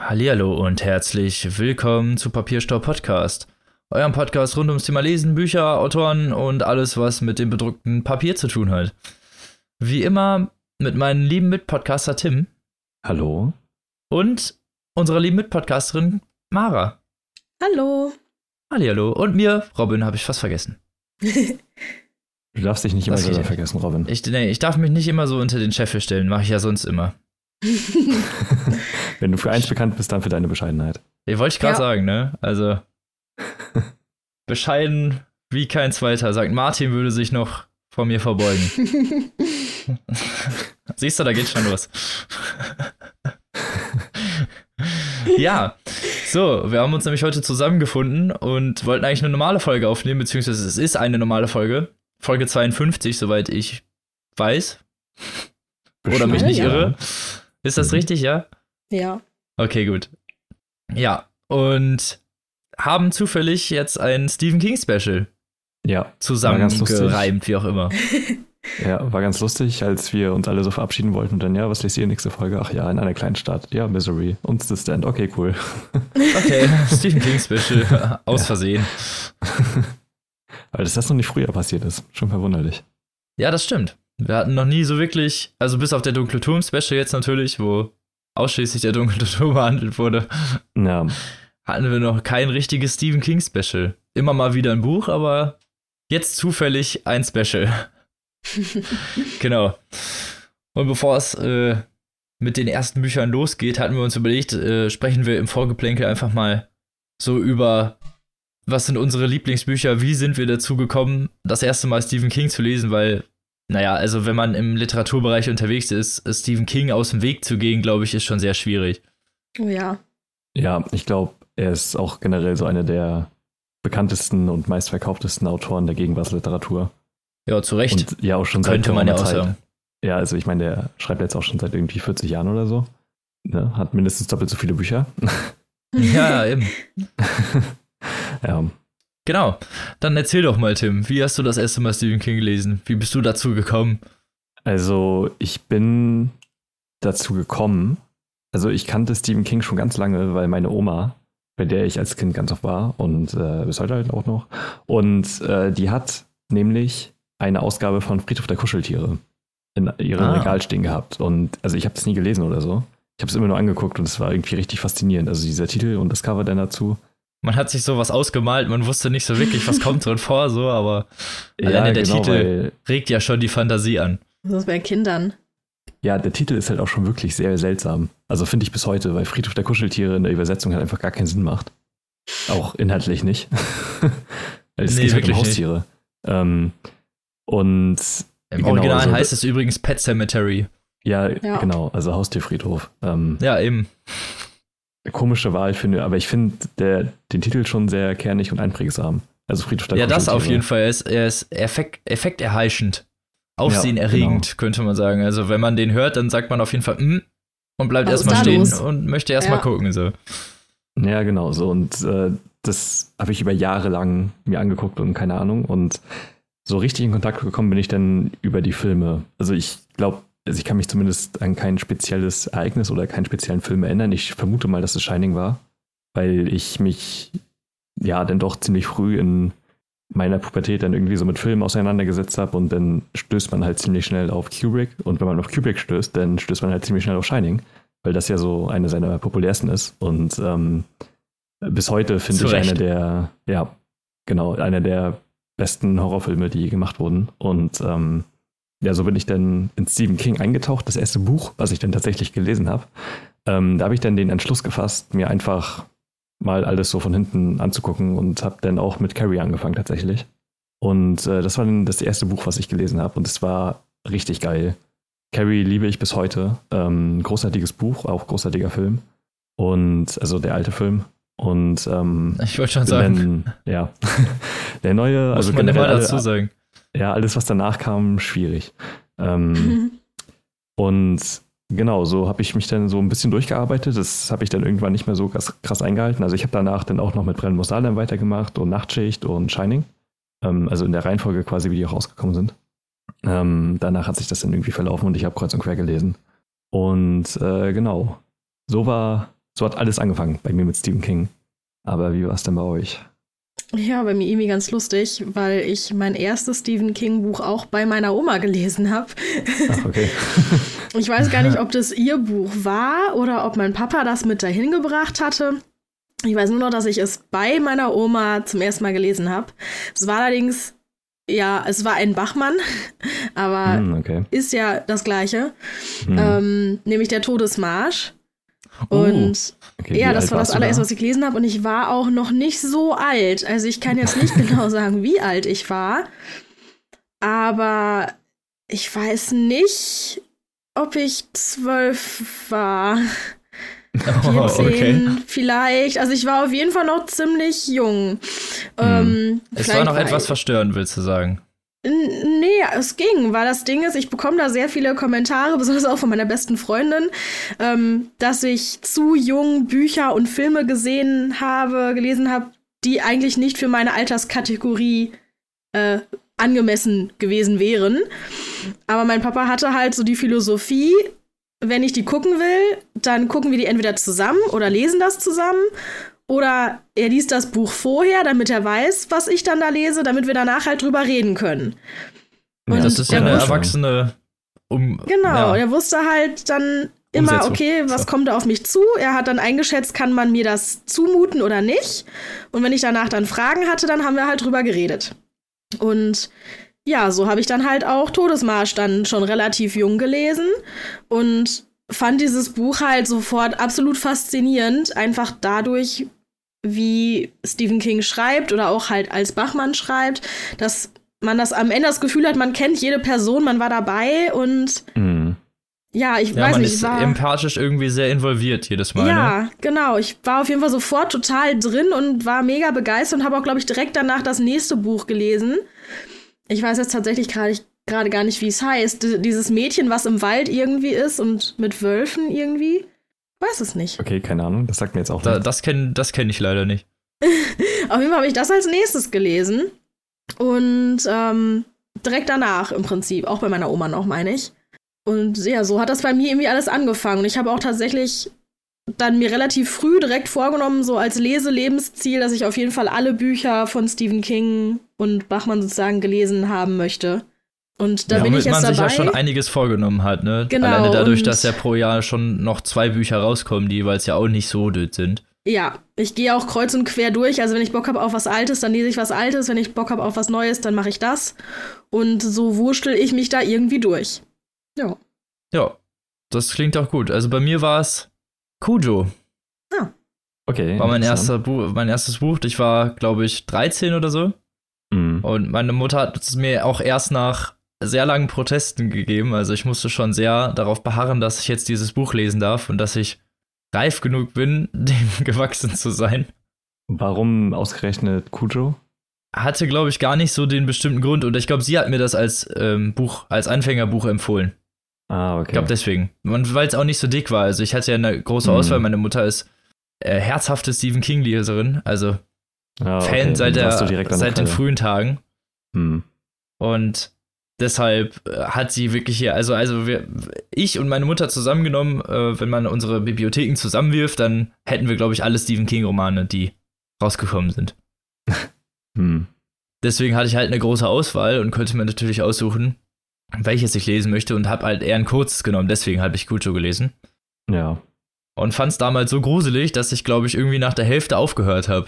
Hallihallo und herzlich willkommen zu Papierstau Podcast. Eurem Podcast rund ums Thema Lesen, Bücher, Autoren und alles, was mit dem bedruckten Papier zu tun hat. Wie immer mit meinem lieben Mitpodcaster Tim. Hallo. Und unserer lieben Mitpodcasterin Mara. Hallo. Hallihallo. Und mir, Robin, habe ich fast vergessen. Du darfst dich nicht immer selber vergessen, Robin. Ich darf mich nicht immer so unter den Scheffel stellen, mache ich ja sonst immer. Wenn du für eins bekannt bist, dann für deine Bescheidenheit. Wollte ich gerade sagen, ne? Also bescheiden wie kein Zweiter. Sagt Martin, würde sich noch vor mir verbeugen. Siehst du, da geht schon los. Ja, so, wir haben uns nämlich heute zusammengefunden und wollten eigentlich eine normale Folge aufnehmen, beziehungsweise es ist eine normale Folge. Folge 52, soweit ich weiß. Oder mich nicht irre. Ist das richtig, ja? Ja. Okay, gut. Ja, und haben zufällig jetzt ein Stephen King Special zusammengereimt, wie auch immer. Ja, war ganz lustig, als wir uns alle so verabschieden wollten und dann, ja, was lest ihr nächste Folge? Ach ja, in einer kleinen Stadt. Ja, Misery und The Stand. Okay, cool. Okay, Stephen King Special, aus Versehen. Weil das noch nicht früher passiert ist. Schon verwunderlich. Ja, das stimmt. Wir hatten noch nie so wirklich, also bis auf der Dunkle Turm Special jetzt natürlich, wo ausschließlich der Dunkle Turm behandelt wurde, hatten wir noch kein richtiges Stephen King Special. Immer mal wieder ein Buch, aber jetzt zufällig ein Special. Genau. Und bevor es mit den ersten Büchern losgeht, hatten wir uns überlegt, sprechen wir im Vorgeplänkel einfach mal so über, was sind unsere Lieblingsbücher, wie sind wir dazu gekommen, das erste Mal Stephen King zu lesen, weil, naja, also wenn man im Literaturbereich unterwegs ist, Stephen King aus dem Weg zu gehen, glaube ich, ist schon sehr schwierig. Oh ja. Ja, ich glaube, er ist auch generell so einer der bekanntesten und meistverkauftesten Autoren der Gegenwartsliteratur. Ja, zu Recht. Und ja, auch schon könnte man ja auch sagen. Ja, also ich meine, der schreibt jetzt auch schon seit irgendwie 40 Jahren oder so. Ne? Hat mindestens doppelt so viele Bücher. Ja, eben. Ja. Genau. Dann erzähl doch mal, Tim, wie hast du das erste Mal Stephen King gelesen? Wie bist du dazu gekommen? Also, ich bin dazu gekommen, also ich kannte Stephen King schon ganz lange, weil meine Oma, bei der ich als Kind ganz oft war und bis heute halt auch noch, und die hat nämlich eine Ausgabe von Friedhof der Kuscheltiere in ihrem Regal stehen gehabt. Und also ich habe das nie gelesen oder so. Ich habe es immer nur angeguckt und es war irgendwie richtig faszinierend. Also dieser Titel und das Cover dann dazu. Man hat sich sowas ausgemalt, man wusste nicht so wirklich, was kommt drin vor, so, aber alleine der Titel regt ja schon die Fantasie an. Das ist bei Kindern. Ja, der Titel ist halt auch schon wirklich sehr seltsam. Also finde ich bis heute, weil Friedhof der Kuscheltiere in der Übersetzung halt einfach gar keinen Sinn macht. Auch inhaltlich nicht. Weil es geht halt um Haustiere. Und im Original heißt es übrigens Pet Cemetery. Ja, genau, also Haustierfriedhof. Ja, eben. Komische Wahl, finde ich, aber ich finde den Titel schon sehr kernig und einprägsam. Also Friedhof der Kuscheltiere. Ja, das auf jeden Fall. Er ist effekterheischend. Aufsehenerregend, könnte man sagen. Also wenn man den hört, dann sagt man auf jeden Fall und bleibt erstmal stehen und möchte erstmal gucken. So. Ja, genau, so. Und das habe ich über Jahre lang mir angeguckt und keine Ahnung. Und so richtig in Kontakt gekommen bin ich dann über die Filme. Also ich glaube, ich kann mich zumindest an kein spezielles Ereignis oder keinen speziellen Film erinnern. Ich vermute mal, dass es Shining war, weil ich mich ja dann doch ziemlich früh in meiner Pubertät dann irgendwie so mit Filmen auseinandergesetzt habe und dann stößt man halt ziemlich schnell auf Kubrick. Und wenn man auf Kubrick stößt, dann stößt man halt ziemlich schnell auf Shining, weil das ja so eine seiner populärsten ist. Und bis heute finde ich einer der besten Horrorfilme, die je gemacht wurden. Und so bin ich dann in Stephen King eingetaucht. Das erste Buch, was ich dann tatsächlich gelesen habe, da habe ich dann den Entschluss gefasst, mir einfach mal alles so von hinten anzugucken und habe dann auch mit Carrie angefangen tatsächlich. Und das war dann das erste Buch, was ich gelesen habe. Und es war richtig geil. Carrie liebe ich bis heute. Großartiges Buch, auch großartiger Film. Und also der alte Film. Und ich wollte schon sagen. Ja. Der neue, muss also man immer dazu sagen. Ja, alles, was danach kam, schwierig. Und genau, so habe ich mich dann so ein bisschen durchgearbeitet. Das habe ich dann irgendwann nicht mehr so krass eingehalten. Also ich habe danach dann auch noch mit Brennen muss Salem weitergemacht und Nachtschicht und Shining. Also in der Reihenfolge quasi, wie die auch rausgekommen sind. Danach hat sich das dann irgendwie verlaufen und ich habe kreuz und quer gelesen. Und genau, so war So hat alles angefangen bei mir mit Stephen King. Aber wie war es denn bei euch? Ja, bei mir irgendwie ganz lustig, weil ich mein erstes Stephen King-Buch auch bei meiner Oma gelesen habe. Ach, okay. Ich weiß gar nicht, ob das ihr Buch war oder ob mein Papa das mit dahin gebracht hatte. Ich weiß nur noch, dass ich es bei meiner Oma zum ersten Mal gelesen habe. Es war allerdings, ja, es war ein Bachmann, aber ist ja das Gleiche. Nämlich der Todesmarsch. Und ja, das war das allererste, was ich gelesen habe. Und ich war auch noch nicht so alt. Also ich kann jetzt nicht genau sagen, wie alt ich war. Aber ich weiß nicht, ob ich 12 war. 14 vielleicht. Also ich war auf jeden Fall noch ziemlich jung. Es war noch etwas verstörend, willst du sagen? Nee, es ging, weil das Ding ist, ich bekomme da sehr viele Kommentare, besonders auch von meiner besten Freundin, dass ich zu jung Bücher und Filme gelesen habe, die eigentlich nicht für meine Alterskategorie angemessen gewesen wären. Aber mein Papa hatte halt so die Philosophie, wenn ich die gucken will, dann gucken wir die entweder zusammen oder lesen das zusammen. Oder er liest das Buch vorher, damit er weiß, was ich dann da lese, damit wir danach halt drüber reden können. Und das ist ja eine erwachsene Genau, er wusste halt dann immer, okay, was kommt da auf mich zu? Er hat dann eingeschätzt, kann man mir das zumuten oder nicht? Und wenn ich danach dann Fragen hatte, dann haben wir halt drüber geredet. Und ja, so habe ich dann halt auch Todesmarsch dann schon relativ jung gelesen und fand dieses Buch halt sofort absolut faszinierend, einfach dadurch, wie Stephen King schreibt oder auch halt als Bachmann schreibt, dass man das am Ende das Gefühl hat, man kennt jede Person, man war dabei und ja, ich weiß nicht. Man ist empathisch irgendwie sehr involviert jedes Mal. Ja, ne? Genau. Ich war auf jeden Fall sofort total drin und war mega begeistert und habe auch, glaube ich, direkt danach das nächste Buch gelesen. Ich weiß jetzt tatsächlich gerade gar nicht, wie es heißt. Dieses Mädchen, was im Wald irgendwie ist und mit Wölfen irgendwie. Weiß es nicht. Okay, keine Ahnung. Das sagt mir jetzt auch nicht. Das kenn ich leider nicht. Auf jeden Fall habe ich das als nächstes gelesen. Und direkt danach im Prinzip. Auch bei meiner Oma noch, meine ich. Und ja, so hat das bei mir irgendwie alles angefangen. Und ich habe auch tatsächlich dann mir relativ früh direkt vorgenommen, so als Leselebensziel, dass ich auf jeden Fall alle Bücher von Stephen King und Bachmann sozusagen gelesen haben möchte. Und da bin ich jetzt dabei. Womit man sich ja schon einiges vorgenommen hat, ne? Genau. Alleine dadurch, dass ja pro Jahr schon noch 2 Bücher rauskommen, die jeweils ja auch nicht so dünn sind. Ja, ich gehe auch kreuz und quer durch. Also wenn ich Bock habe auf was Altes, dann lese ich was Altes. Wenn ich Bock habe auf was Neues, dann mache ich das. Und so wurschtel ich mich da irgendwie durch. Ja. Ja, das klingt auch gut. Also bei mir war es Cujo. Ah. Okay. War mein erstes Buch. Ich war, glaube ich, 13 oder so. Und meine Mutter hat es mir auch erst nach sehr langen Protesten gegeben. Also ich musste schon sehr darauf beharren, dass ich jetzt dieses Buch lesen darf und dass ich reif genug bin, dem gewachsen zu sein. Warum ausgerechnet Cujo? Hatte, glaube ich, gar nicht so den bestimmten Grund. Und ich glaube, sie hat mir das als als Anfängerbuch empfohlen. Ah, okay. Ich glaube deswegen. Weil es auch nicht so dick war. Also ich hatte ja eine große Auswahl. Meine Mutter ist herzhafte Stephen King-Leserin. Also Fan seit den frühen Tagen. Und deshalb hat sie wirklich hier, ich und meine Mutter zusammengenommen, wenn man unsere Bibliotheken zusammenwirft, dann hätten wir, glaube ich, alle Stephen King-Romane, die rausgekommen sind. Deswegen hatte ich halt eine große Auswahl und konnte mir natürlich aussuchen, welches ich lesen möchte und habe halt eher ein kurzes genommen. Deswegen habe ich Cujo gelesen. Ja. Und fand es damals so gruselig, dass ich, glaube ich, irgendwie nach der Hälfte aufgehört habe.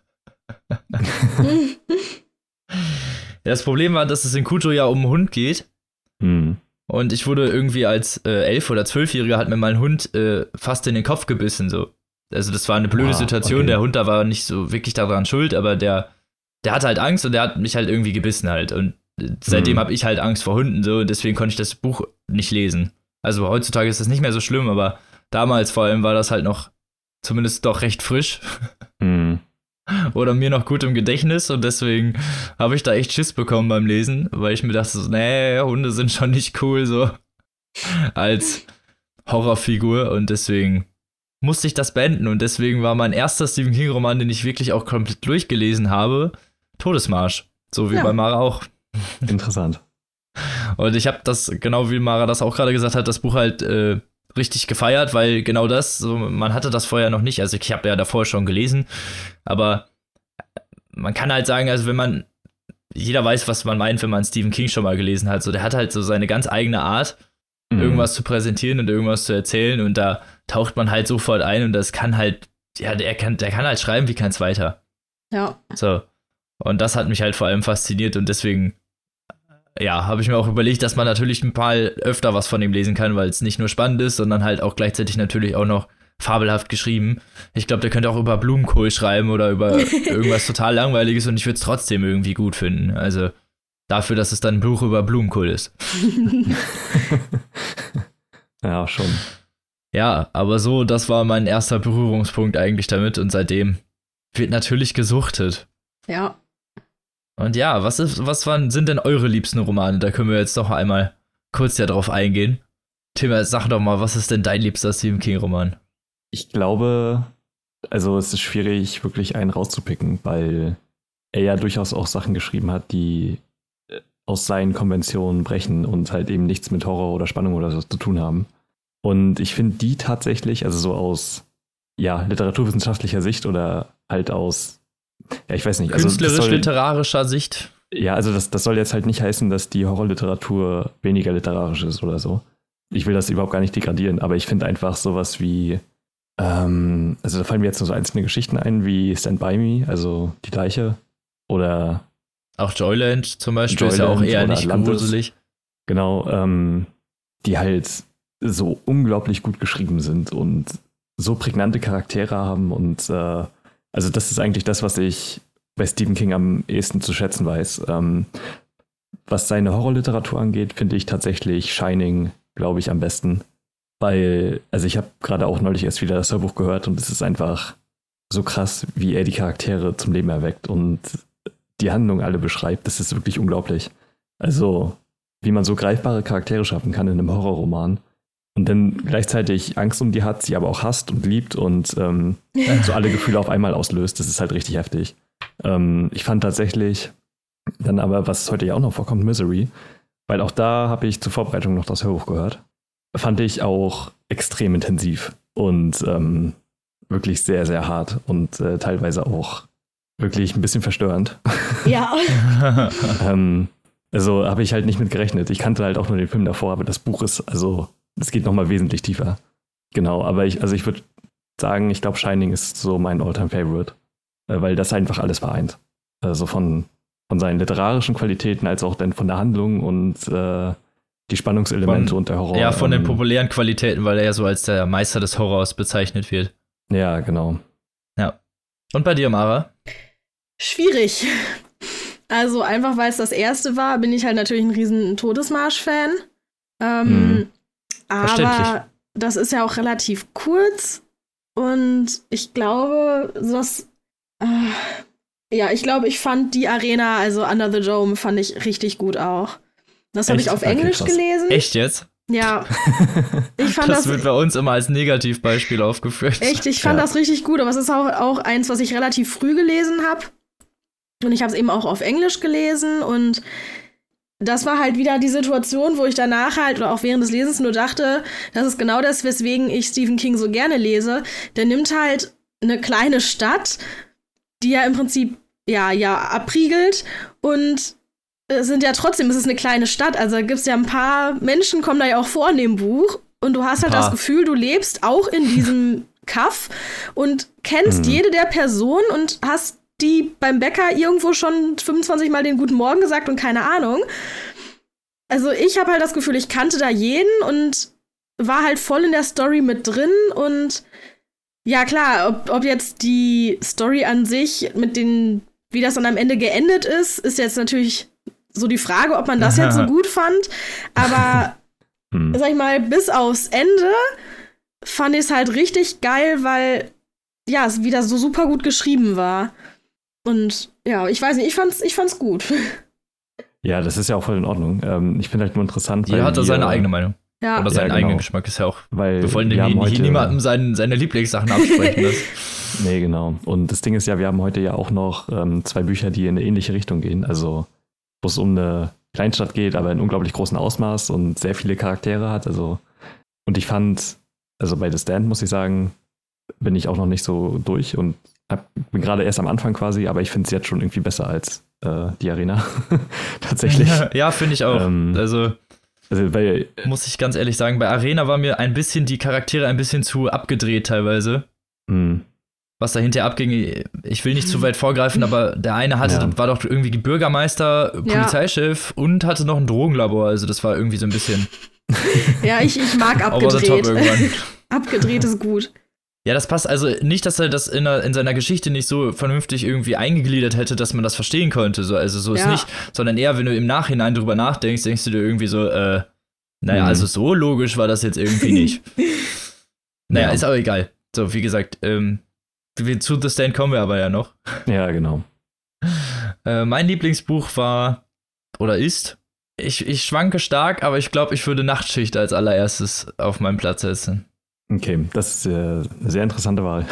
Das Problem war, dass es in Cujo ja um einen Hund geht. Und ich wurde irgendwie als 11- oder 12-Jähriger hat mir mal ein Hund fast in den Kopf gebissen. So. Also das war eine blöde Situation. Okay. Der Hund da war nicht so wirklich daran schuld, aber der hatte halt Angst und der hat mich halt irgendwie gebissen halt. Und seitdem habe ich halt Angst vor Hunden so und deswegen konnte ich das Buch nicht lesen. Also heutzutage ist das nicht mehr so schlimm, aber damals vor allem war das halt noch zumindest doch recht frisch. Oder mir noch gut im Gedächtnis und deswegen habe ich da echt Schiss bekommen beim Lesen, weil ich mir dachte so, nee, Hunde sind schon nicht cool so als Horrorfigur und deswegen musste ich das beenden und deswegen war mein erster Stephen King Roman, den ich wirklich auch komplett durchgelesen habe, Todesmarsch, so wie bei Mara auch. Interessant. Und ich habe das, genau wie Mara das auch gerade gesagt hat, das Buch halt richtig gefeiert, weil genau das, so, man hatte das vorher noch nicht. Also ich habe ja davor schon gelesen, aber man kann halt sagen, also jeder weiß, was man meint, wenn man Stephen King schon mal gelesen hat. So, der hat halt so seine ganz eigene Art, irgendwas zu präsentieren und irgendwas zu erzählen, und da taucht man halt sofort ein, und das kann halt, ja, der kann halt schreiben wie kein Zweiter. Ja. So. Und das hat mich halt vor allem fasziniert, und deswegen, ja, habe ich mir auch überlegt, dass man natürlich ein paar öfter was von ihm lesen kann, weil es nicht nur spannend ist, sondern halt auch gleichzeitig natürlich auch noch fabelhaft geschrieben. Ich glaube, der könnte auch über Blumenkohl schreiben oder über irgendwas total Langweiliges, und ich würde es trotzdem irgendwie gut finden. Also dafür, dass es dann ein Buch über Blumenkohl ist. Ja, schon. Ja, aber so, das war mein erster Berührungspunkt eigentlich damit, und seitdem wird natürlich gesuchtet. Ja. Und ja, sind denn eure liebsten Romane? Da können wir jetzt doch einmal kurz drauf eingehen. Tim, sag doch mal, was ist denn dein liebster Stephen King-Roman? Ich glaube, also es ist schwierig, wirklich einen rauszupicken, weil er ja durchaus auch Sachen geschrieben hat, die aus seinen Konventionen brechen und halt eben nichts mit Horror oder Spannung oder so zu tun haben. Und ich finde die tatsächlich, also so aus literaturwissenschaftlicher Sicht oder halt aus, ja, ich weiß nicht. Künstlerisch-literarischer Sicht? Ja, also das soll jetzt halt nicht heißen, dass die Horrorliteratur weniger literarisch ist oder so. Ich will das überhaupt gar nicht degradieren, aber ich finde einfach sowas wie, also da fallen mir jetzt nur so einzelne Geschichten ein, wie Stand By Me, also die Leiche, oder auch Joyland zum Beispiel ist ja auch eher nicht gruselig. Genau, die halt so unglaublich gut geschrieben sind und so prägnante Charaktere haben, und also das ist eigentlich das, was ich bei Stephen King am ehesten zu schätzen weiß. Was seine Horrorliteratur angeht, finde ich tatsächlich Shining, glaube ich, am besten. Weil, also ich habe gerade auch neulich erst wieder das Hörbuch gehört, und es ist einfach so krass, wie er die Charaktere zum Leben erweckt und die Handlung alle beschreibt. Das ist wirklich unglaublich. Also, wie man so greifbare Charaktere schaffen kann in einem Horrorroman und dann gleichzeitig Angst um die hat, sie aber auch hasst und liebt und so alle Gefühle auf einmal auslöst. Das ist halt richtig heftig. Ich fand tatsächlich dann aber, was heute ja auch noch vorkommt, Misery, weil auch da habe ich zur Vorbereitung noch das Hörbuch gehört, fand ich auch extrem intensiv und wirklich sehr, sehr hart und teilweise auch wirklich ein bisschen verstörend. Ja. Also habe ich halt nicht mit gerechnet. Ich kannte halt auch nur den Film davor, aber das Buch ist, also es geht nochmal wesentlich tiefer. Genau, aber ich würde sagen, ich glaube, Shining ist so mein All-Time-Favorite, weil das einfach alles vereint. Also von seinen literarischen Qualitäten als auch dann von der Handlung und die Spannungselemente und der Horror. Ja, von den populären Qualitäten, weil er ja so als der Meister des Horrors bezeichnet wird. Ja, genau. Ja. Und bei dir, Mara? Schwierig. Also einfach, weil es das erste war, bin ich halt natürlich ein riesen Todesmarsch-Fan. Aber das ist ja auch relativ kurz. Und ich glaube, ich fand die Arena, also Under the Dome, fand ich richtig gut auch. Das habe ich auf Englisch gelesen. Echt jetzt? Ja. Ich fand das wird bei uns immer als Negativbeispiel aufgeführt. Echt, ich fand das richtig gut, aber es ist auch eins, was ich relativ früh gelesen habe. Und ich habe es eben auch auf Englisch gelesen, und das war halt wieder die Situation, wo ich danach halt oder auch während des Lesens nur dachte, das ist genau das, weswegen ich Stephen King so gerne lese. Der nimmt halt eine kleine Stadt, die ja im Prinzip abriegelt, und es ist eine kleine Stadt, also da gibt es ja ein paar Menschen, kommen da ja auch vor in dem Buch, und du hast halt das Gefühl, du lebst auch in diesem Kaff und kennst jede der Personen und hast die beim Bäcker irgendwo schon 25 Mal den Guten Morgen gesagt und keine Ahnung. Also ich habe halt das Gefühl, ich kannte da jeden und war halt voll in der Story mit drin, und ja klar, ob jetzt die Story an sich wie das dann am Ende geendet ist jetzt natürlich so die Frage, ob man das jetzt so gut fand, aber sag ich mal, bis aufs Ende fand ich es halt richtig geil, weil ja, es wieder so super gut geschrieben war. Und ja, ich weiß nicht, ich fand's gut. Ja, das ist ja auch voll in Ordnung. Ich finde halt nur interessant, weil jeder hat da seine eigene Meinung. Ja. Oder seinen eigenen Geschmack, ist ja auch. Weil wir wollen niemandem seine Lieblingssachen absprechen. Nee, genau. Und das Ding ist ja, wir haben heute ja auch noch 2 Bücher, die in eine ähnliche Richtung gehen. Also, wo es um eine Kleinstadt geht, aber in unglaublich großem Ausmaß und sehr viele Charaktere hat. Also, und ich fand also bei The Stand muss ich sagen, bin ich auch noch nicht so durch und bin gerade erst am Anfang quasi, aber ich finde es jetzt schon irgendwie besser als die Arena. Tatsächlich. Ja, finde ich auch. Weil, muss ich ganz ehrlich sagen, bei Arena war mir die Charaktere ein bisschen zu abgedreht teilweise. Was dahinter abging, ich will nicht zu weit vorgreifen, aber der eine war doch irgendwie Bürgermeister, Polizeichef und hatte noch ein Drogenlabor, also das war irgendwie so ein bisschen. Ja, ich mag abgedreht. Abgedreht ist gut. Ja, das passt. Also nicht, dass er das in seiner Geschichte nicht so vernünftig irgendwie eingegliedert hätte, dass man das verstehen konnte. So ist nicht. Sondern eher, wenn du im Nachhinein drüber nachdenkst, denkst du dir irgendwie so, also so logisch war das jetzt irgendwie nicht. Naja, ist aber egal. So, wie gesagt, zu The Stand kommen wir aber ja noch. Ja, genau. Mein Lieblingsbuch war, oder ist, ich schwanke stark, aber ich glaube, ich würde Nachtschicht als allererstes auf meinen Platz setzen. Okay, das ist eine sehr interessante Wahl.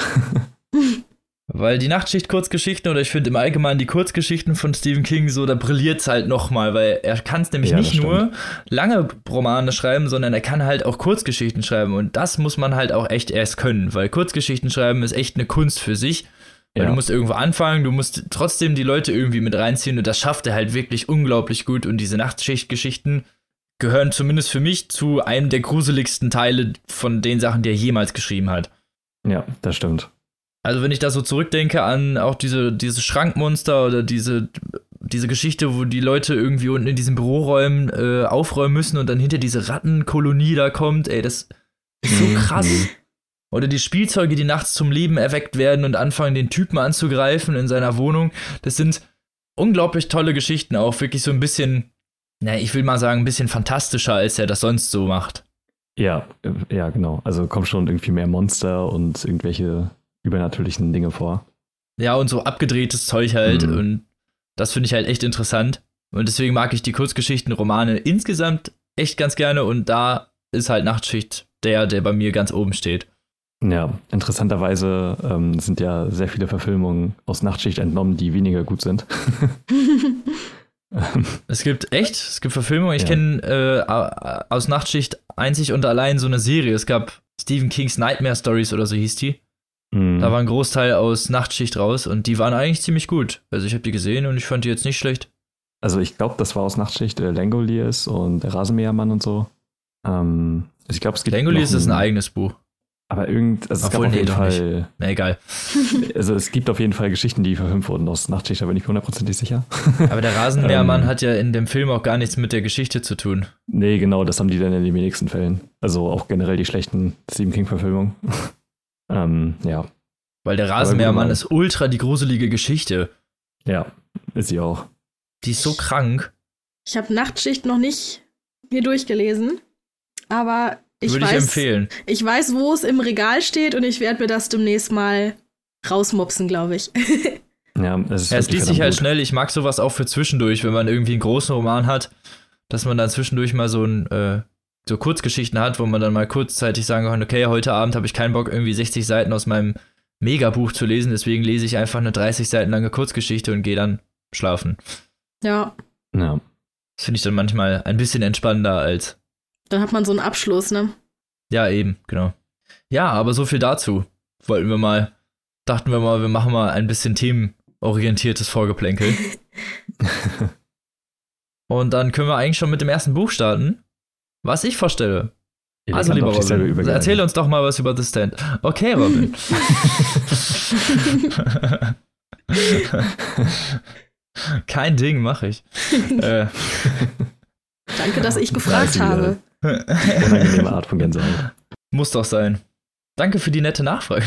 Weil die Nachtschicht-Kurzgeschichten, oder ich finde im Allgemeinen die Kurzgeschichten von Stephen King so, da brilliert es halt nochmal, weil er kann es nämlich nicht nur lange Romane schreiben, sondern er kann halt auch Kurzgeschichten schreiben und das muss man halt auch echt erst können, weil Kurzgeschichten schreiben ist echt eine Kunst für sich, weil du musst irgendwo anfangen, du musst trotzdem die Leute irgendwie mit reinziehen und das schafft er halt wirklich unglaublich gut und diese Nachtschicht-Geschichten gehören zumindest für mich zu einem der gruseligsten Teile von den Sachen, die er jemals geschrieben hat. Ja, das stimmt. Also wenn ich da so zurückdenke an auch diese Schrankmonster oder diese Geschichte, wo die Leute irgendwie unten in diesen Büroräumen aufräumen müssen und dann hinter diese Rattenkolonie da kommt, das ist so krass. Oder die Spielzeuge, die nachts zum Leben erweckt werden und anfangen, den Typen anzugreifen in seiner Wohnung. Das sind unglaublich tolle Geschichten, auch wirklich so ein bisschen, ich will mal sagen, ein bisschen fantastischer, als er das sonst so macht. Ja, genau. Also kommt schon irgendwie mehr Monster und irgendwelche übernatürlichen Dinge vor. Ja, und so abgedrehtes Zeug halt. Und das finde ich halt echt interessant. Und deswegen mag ich die Kurzgeschichten-Romane insgesamt echt ganz gerne. Und da ist halt Nachtschicht der bei mir ganz oben steht. Ja, interessanterweise sind ja sehr viele Verfilmungen aus Nachtschicht entnommen, die weniger gut sind. Es gibt Verfilmungen. Ich kenne aus Nachtschicht einzig und allein so eine Serie. Es gab Stephen Kings Nightmare Stories oder so hieß die. Da war ein Großteil aus Nachtschicht raus und die waren eigentlich ziemlich gut. Also ich habe die gesehen und ich fand die jetzt nicht schlecht. Also ich glaube, das war aus Nachtschicht Langoliers und der Rasenmähermann und so. Ich glaube, es gibt Langoliers ist ein eigenes Buch. Aber es gab auf jeden Fall. Egal. Also es gibt auf jeden Fall Geschichten, die verfilmt wurden aus Nachtschicht, da bin ich 100% sicher. Aber der Rasenmähermann hat ja in dem Film auch gar nichts mit der Geschichte zu tun. Nee, genau, das haben die dann in den wenigsten Fällen. Also auch generell die schlechten Stephen King-Verfilmungen. Ja. Weil der Rasenmähermann ist ultra die gruselige Geschichte. Ja, ist sie auch. Die ist so krank. Ich habe Nachtschicht noch nicht mir durchgelesen, aber würde ich empfehlen. Ich weiß, wo es im Regal steht und ich werde mir das demnächst mal rausmopsen, glaube ich. Ja, es liest sich halt schnell. Ich mag sowas auch für zwischendurch, wenn man irgendwie einen großen Roman hat, dass man dann zwischendurch mal so Kurzgeschichten hat, wo man dann mal kurzzeitig sagen kann, okay, heute Abend habe ich keinen Bock, irgendwie 60 Seiten aus meinem Megabuch zu lesen, deswegen lese ich einfach eine 30 Seiten lange Kurzgeschichte und gehe dann schlafen. Ja. Das finde ich dann manchmal ein bisschen entspannender als. Dann hat man so einen Abschluss, ne? Ja, eben, genau. Ja, aber so viel dazu. Dachten wir mal, wir machen mal ein bisschen themenorientiertes Vorgeplänkel. Und dann können wir eigentlich schon mit dem ersten Buch starten. Was ich vorstelle. Also, lieber Robin, erzähl uns doch mal was über The Stand. Okay, Robin. Kein Ding, mach ich. Danke, dass ich gefragt habe. Unangenehme Art von Gänsehaut. Muss doch sein. Danke für die nette Nachfrage.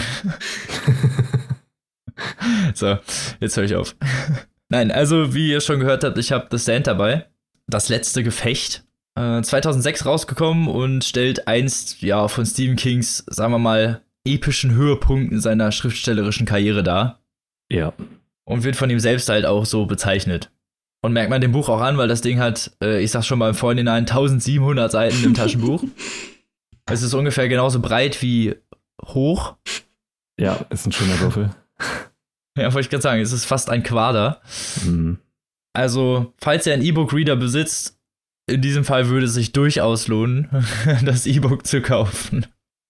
So, jetzt höre ich auf. Nein, also wie ihr schon gehört habt, ich habe The Stand dabei. Das letzte Gefecht. 2006 rausgekommen und stellt einst von Stephen Kings, sagen wir mal, epischen Höhepunkt in seiner schriftstellerischen Karriere dar. Ja. Und wird von ihm selbst halt auch so bezeichnet. Und merkt man dem Buch auch an, weil das Ding hat, ich sag's schon mal im Vorhinein, 1700 Seiten im Taschenbuch. Es ist ungefähr genauso breit wie hoch. Ja, ist ein schöner Würfel. Ja, wollte ich gerade sagen, es ist fast ein Quader. Also, falls ihr einen E-Book-Reader besitzt, in diesem Fall würde es sich durchaus lohnen, das E-Book zu kaufen.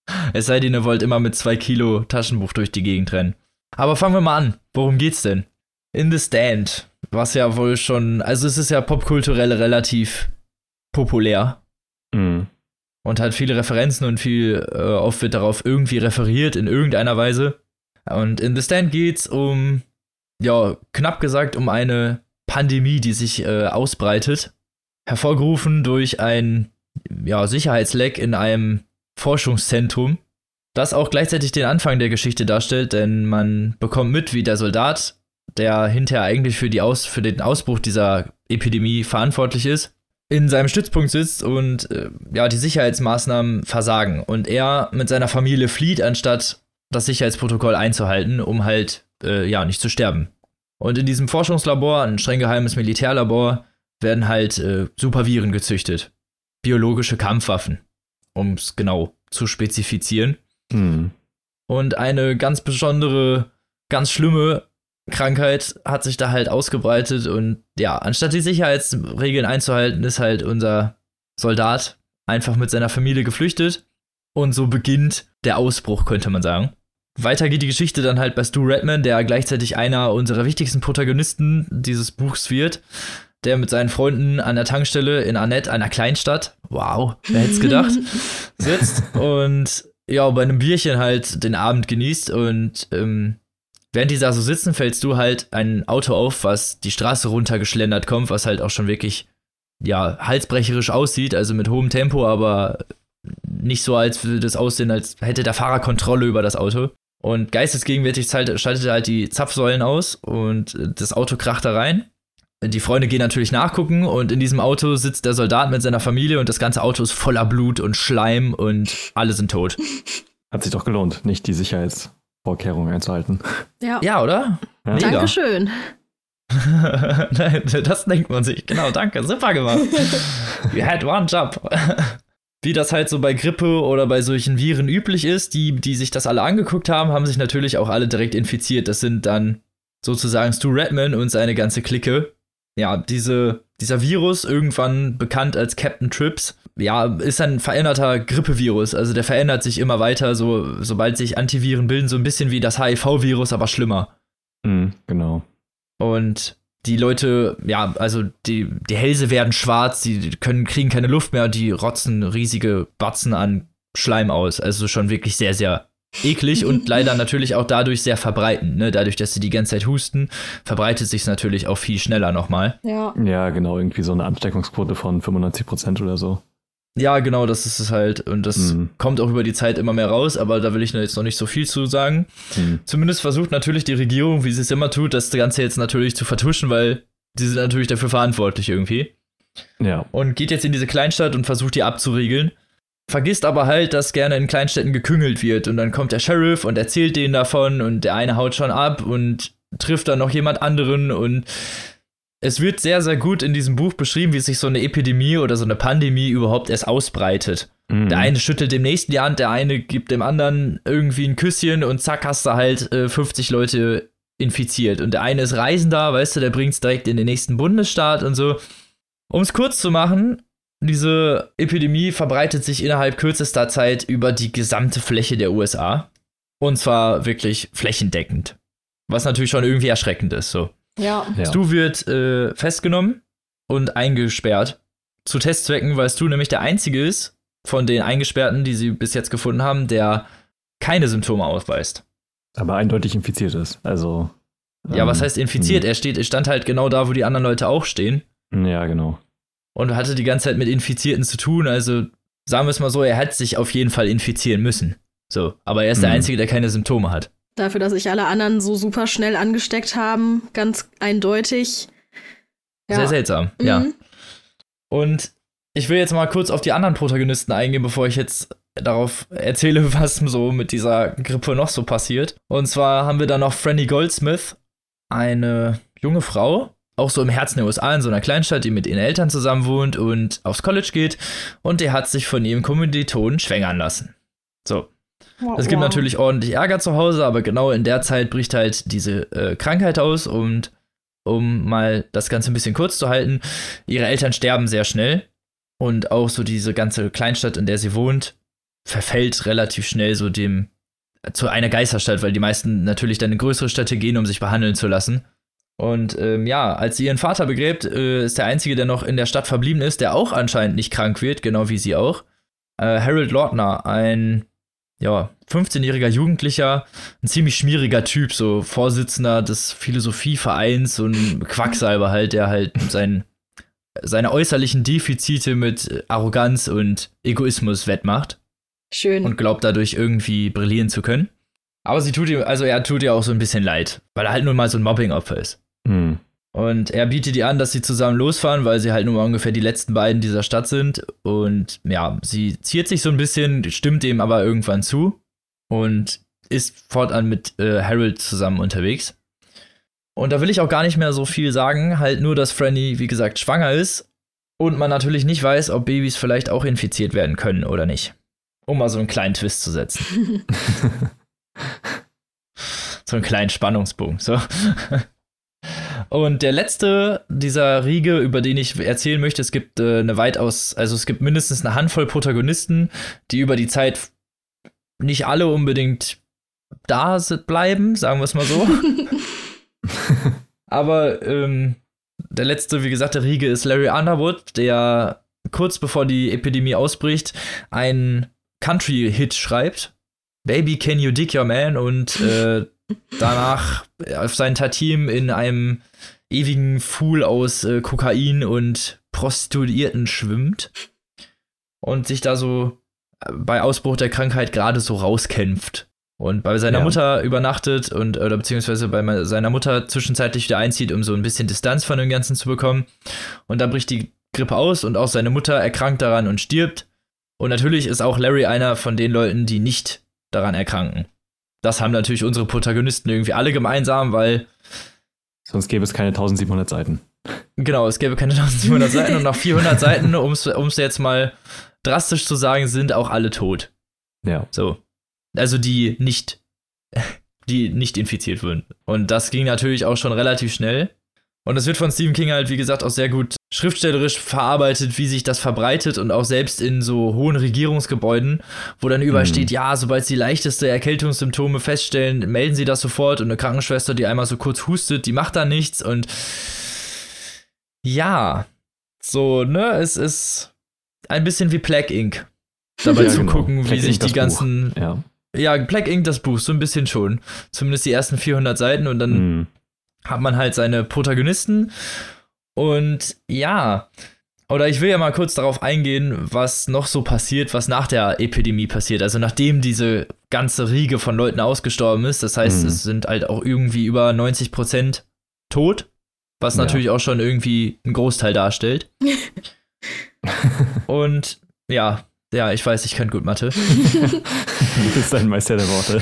Es sei denn, ihr wollt immer mit 2 Kilo Taschenbuch durch die Gegend rennen. Aber fangen wir mal an. Worum geht's denn? In the Stand, was ja wohl schon, also es ist ja popkulturell relativ populär. Mhm. Und hat viele Referenzen und viel oft wird darauf irgendwie referiert in irgendeiner Weise. Und in The Stand geht's um, ja, knapp gesagt um eine Pandemie, die sich ausbreitet. Hervorgerufen durch ein Sicherheitsleck in einem Forschungszentrum, das auch gleichzeitig den Anfang der Geschichte darstellt, denn man bekommt mit, wie der Soldat, der hinterher eigentlich für den Ausbruch dieser Epidemie verantwortlich ist, in seinem Stützpunkt sitzt und die Sicherheitsmaßnahmen versagen. Und er mit seiner Familie flieht, anstatt das Sicherheitsprotokoll einzuhalten, um halt nicht zu sterben. Und in diesem Forschungslabor, ein streng geheimes Militärlabor, werden halt Superviren gezüchtet. Biologische Kampfwaffen, um es genau zu spezifizieren. Mhm. Und eine ganz besondere, ganz schlimme Krankheit hat sich da halt ausgebreitet und ja, anstatt die Sicherheitsregeln einzuhalten, ist halt unser Soldat einfach mit seiner Familie geflüchtet und so beginnt der Ausbruch, könnte man sagen. Weiter geht die Geschichte dann halt bei Stu Redman, der gleichzeitig einer unserer wichtigsten Protagonisten dieses Buchs wird, der mit seinen Freunden an der Tankstelle in Annette, einer Kleinstadt, wow, wer hätte es gedacht, sitzt und ja, bei einem Bierchen halt den Abend genießt und während die da so sitzen, fällst du halt ein Auto auf, was die Straße runtergeschlendert kommt, was halt auch schon wirklich, halsbrecherisch aussieht, also mit hohem Tempo, aber nicht so, als würde das aussehen, als hätte der Fahrer Kontrolle über das Auto. Und geistesgegenwärtig schaltet er halt die Zapfsäulen aus und das Auto kracht da rein. Die Freunde gehen natürlich nachgucken und in diesem Auto sitzt der Soldat mit seiner Familie und das ganze Auto ist voller Blut und Schleim und alle sind tot. Hat sich doch gelohnt, nicht die Sicherheitsvorkehrungen einzuhalten. Ja, oder? Ja. Mega. Dankeschön. Das denkt man sich. Genau, danke. Super gemacht. You had one job. Wie das halt so bei Grippe oder bei solchen Viren üblich ist, die sich das alle angeguckt haben, haben sich natürlich auch alle direkt infiziert. Das sind dann sozusagen Stu Redman und seine ganze Clique. Ja, dieser Virus, irgendwann bekannt als Captain Trips, ist ein veränderter Grippevirus. Also der verändert sich immer weiter, sobald sich Antiviren bilden, so ein bisschen wie das HIV-Virus, aber schlimmer. Genau. Und die Leute, also die Hälse werden schwarz, die kriegen keine Luft mehr und die rotzen riesige Batzen an Schleim aus. Also schon wirklich sehr, sehr eklig und leider natürlich auch dadurch sehr verbreitend. Ne? Dadurch, dass sie die ganze Zeit husten, verbreitet sich es natürlich auch viel schneller nochmal. Ja, genau, irgendwie so eine Ansteckungsquote von 95% oder so. Ja, genau, das ist es halt. Und das kommt auch über die Zeit immer mehr raus, aber da will ich jetzt noch nicht so viel zu sagen. Zumindest versucht natürlich die Regierung, wie sie es immer tut, das Ganze jetzt natürlich zu vertuschen, weil die sind natürlich dafür verantwortlich irgendwie. Ja. Und geht jetzt in diese Kleinstadt und versucht die abzuriegeln. Vergisst aber halt, dass gerne in Kleinstädten geküngelt wird. Und dann kommt der Sheriff und erzählt denen davon und der eine haut schon ab und trifft dann noch jemand anderen und es wird sehr, sehr gut in diesem Buch beschrieben, wie sich so eine Epidemie oder so eine Pandemie überhaupt erst ausbreitet. Der eine schüttelt dem nächsten die Hand, der eine gibt dem anderen irgendwie ein Küsschen und zack, hast du halt 50 Leute infiziert. Und der eine ist Reisender, weißt du, der bringt's direkt in den nächsten Bundesstaat und so. Um es kurz zu machen, diese Epidemie verbreitet sich innerhalb kürzester Zeit über die gesamte Fläche der USA. Und zwar wirklich flächendeckend. Was natürlich schon irgendwie erschreckend ist, so. Ja. Stu wird festgenommen und eingesperrt. Zu Testzwecken, weil Stu nämlich der Einzige ist von den Eingesperrten, die sie bis jetzt gefunden haben, der keine Symptome ausweist. Aber eindeutig infiziert ist. Also. Ja, was heißt infiziert? Er stand halt genau da, wo die anderen Leute auch stehen. Ja, genau. Und hatte die ganze Zeit mit Infizierten zu tun. Also sagen wir es mal so, er hat sich auf jeden Fall infizieren müssen. So, aber er ist der Einzige, der keine Symptome hat. Dafür, dass sich alle anderen so super schnell angesteckt haben, ganz eindeutig. Ja. Sehr seltsam, ja. Und ich will jetzt mal kurz auf die anderen Protagonisten eingehen, bevor ich jetzt darauf erzähle, was so mit dieser Grippe noch so passiert. Und zwar haben wir da noch Franny Goldsmith, eine junge Frau, auch so im Herzen der USA, in so einer Kleinstadt, die mit ihren Eltern zusammen wohnt und aufs College geht. Und die hat sich von ihrem Kommilitonen schwängern lassen. So. Es gibt natürlich ordentlich Ärger zu Hause, aber genau in der Zeit bricht halt diese Krankheit aus und um mal das Ganze ein bisschen kurz zu halten, ihre Eltern sterben sehr schnell und auch so diese ganze Kleinstadt, in der sie wohnt, verfällt relativ schnell so zu einer Geisterstadt, weil die meisten natürlich dann in größere Städte gehen, um sich behandeln zu lassen. Und als sie ihren Vater begräbt, ist der Einzige, der noch in der Stadt verblieben ist, der auch anscheinend nicht krank wird, genau wie sie auch. Harold Lautner, ein 15-jähriger Jugendlicher, ein ziemlich schmieriger Typ, so Vorsitzender des Philosophievereins, so ein Quacksalber halt, der halt seine äußerlichen Defizite mit Arroganz und Egoismus wettmacht. Schön. Und glaubt dadurch irgendwie brillieren zu können. Aber er tut ihr auch so ein bisschen leid, weil er halt nur mal so ein Mobbing-Opfer ist. Mhm. Und er bietet ihr an, dass sie zusammen losfahren, weil sie halt nur mal ungefähr die letzten beiden dieser Stadt sind. Und ja, sie ziert sich so ein bisschen, stimmt dem aber irgendwann zu und ist fortan mit Harold zusammen unterwegs. Und da will ich auch gar nicht mehr so viel sagen, halt nur, dass Franny, wie gesagt, schwanger ist und man natürlich nicht weiß, ob Babys vielleicht auch infiziert werden können oder nicht. Um mal so einen kleinen Twist zu setzen. So einen kleinen Spannungsbogen, so. Und der letzte dieser Riege, über den ich erzählen möchte, es gibt es gibt mindestens eine Handvoll Protagonisten, die über die Zeit nicht alle unbedingt da bleiben, sagen wir es mal so. Aber der letzte, wie gesagt, der Riege ist Larry Underwood, der kurz bevor die Epidemie ausbricht, einen Country-Hit schreibt. Baby, can you dig your man? Und danach auf sein Tatim in einem ewigen Pool aus Kokain und Prostituierten schwimmt und sich da so bei Ausbruch der Krankheit gerade so rauskämpft und bei seiner Mutter übernachtet oder beziehungsweise bei seiner Mutter zwischenzeitlich wieder einzieht, um so ein bisschen Distanz von dem Ganzen zu bekommen. Und dann bricht die Grippe aus und auch seine Mutter erkrankt daran und stirbt. Und natürlich ist auch Larry einer von den Leuten, die nicht daran erkranken. Das haben natürlich unsere Protagonisten irgendwie alle gemeinsam, weil sonst gäbe es keine 1700 Seiten. Genau, es gäbe keine 1700 Seiten und nach 400 Seiten, um es jetzt mal drastisch zu sagen, sind auch alle tot. Ja. So. Also die nicht infiziert wurden. Und das ging natürlich auch schon relativ schnell. Und es wird von Stephen King halt, wie gesagt, auch sehr gut schriftstellerisch verarbeitet, wie sich das verbreitet und auch selbst in so hohen Regierungsgebäuden, wo dann überall steht, ja, sobald sie leichteste Erkältungssymptome feststellen, melden sie das sofort und eine Krankenschwester, die einmal so kurz hustet, die macht da nichts und ja, so, ne, es ist ein bisschen wie Plague Inc. Dabei zu gucken, wie sich die ganzen, Plague Inc. das Buch, so ein bisschen schon, zumindest die ersten 400 Seiten und dann hat man halt seine Protagonisten und oder ich will ja mal kurz darauf eingehen, was noch so passiert, was nach der Epidemie passiert, also nachdem diese ganze Riege von Leuten ausgestorben ist, das heißt, es sind halt auch irgendwie über 90% tot, was natürlich auch schon irgendwie einen Großteil darstellt. Und ich weiß, ich kann gut Mathe. Du bist ein Meister der Worte.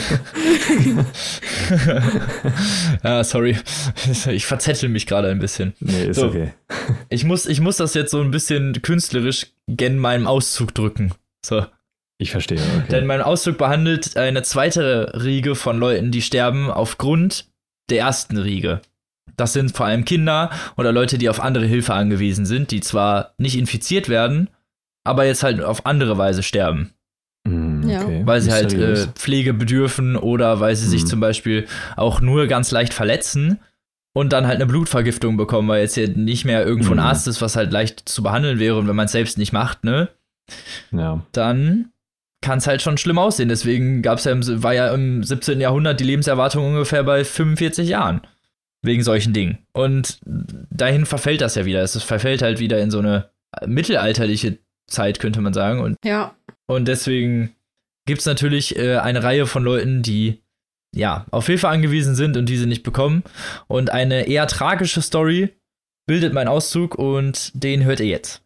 Ja, sorry. Ich verzettel mich gerade ein bisschen. Nee, ist okay. Ich muss das jetzt so ein bisschen künstlerisch gen meinem Auszug drücken. So. Ich verstehe, okay. Denn mein Auszug behandelt eine zweite Riege von Leuten, die sterben aufgrund der ersten Riege. Das sind vor allem Kinder oder Leute, die auf andere Hilfe angewiesen sind, die zwar nicht infiziert werden, aber jetzt halt auf andere Weise sterben. Okay. Weil sie halt Pflege bedürfen oder weil sie sich zum Beispiel auch nur ganz leicht verletzen und dann halt eine Blutvergiftung bekommen, weil jetzt hier nicht mehr irgendwo ein Arzt ist, was halt leicht zu behandeln wäre und wenn man es selbst nicht macht, ne? Ja. Dann kann es halt schon schlimm aussehen. Deswegen war ja im 17. Jahrhundert die Lebenserwartung ungefähr bei 45 Jahren. Wegen solchen Dingen. Und dahin verfällt das ja wieder. Es verfällt halt wieder in so eine mittelalterliche Zeit, könnte man sagen. Und deswegen gibt es natürlich eine Reihe von Leuten, die auf Hilfe angewiesen sind und diese nicht bekommen. Und eine eher tragische Story bildet mein Auszug und den hört ihr jetzt.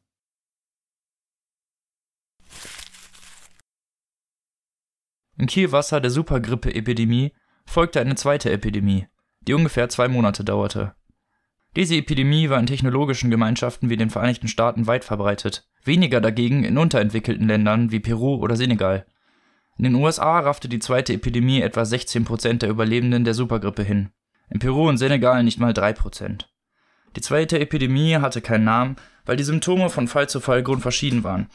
Im Kielwasser der Supergrippe-Epidemie folgte eine zweite Epidemie, die ungefähr 2 Monate dauerte. Diese Epidemie war in technologischen Gemeinschaften wie den Vereinigten Staaten weit verbreitet, weniger dagegen in unterentwickelten Ländern wie Peru oder Senegal. In den USA raffte die zweite Epidemie etwa 16% der Überlebenden der Supergrippe hin, in Peru und Senegal nicht mal 3%. Die zweite Epidemie hatte keinen Namen, weil die Symptome von Fall zu Fall grundverschieden waren.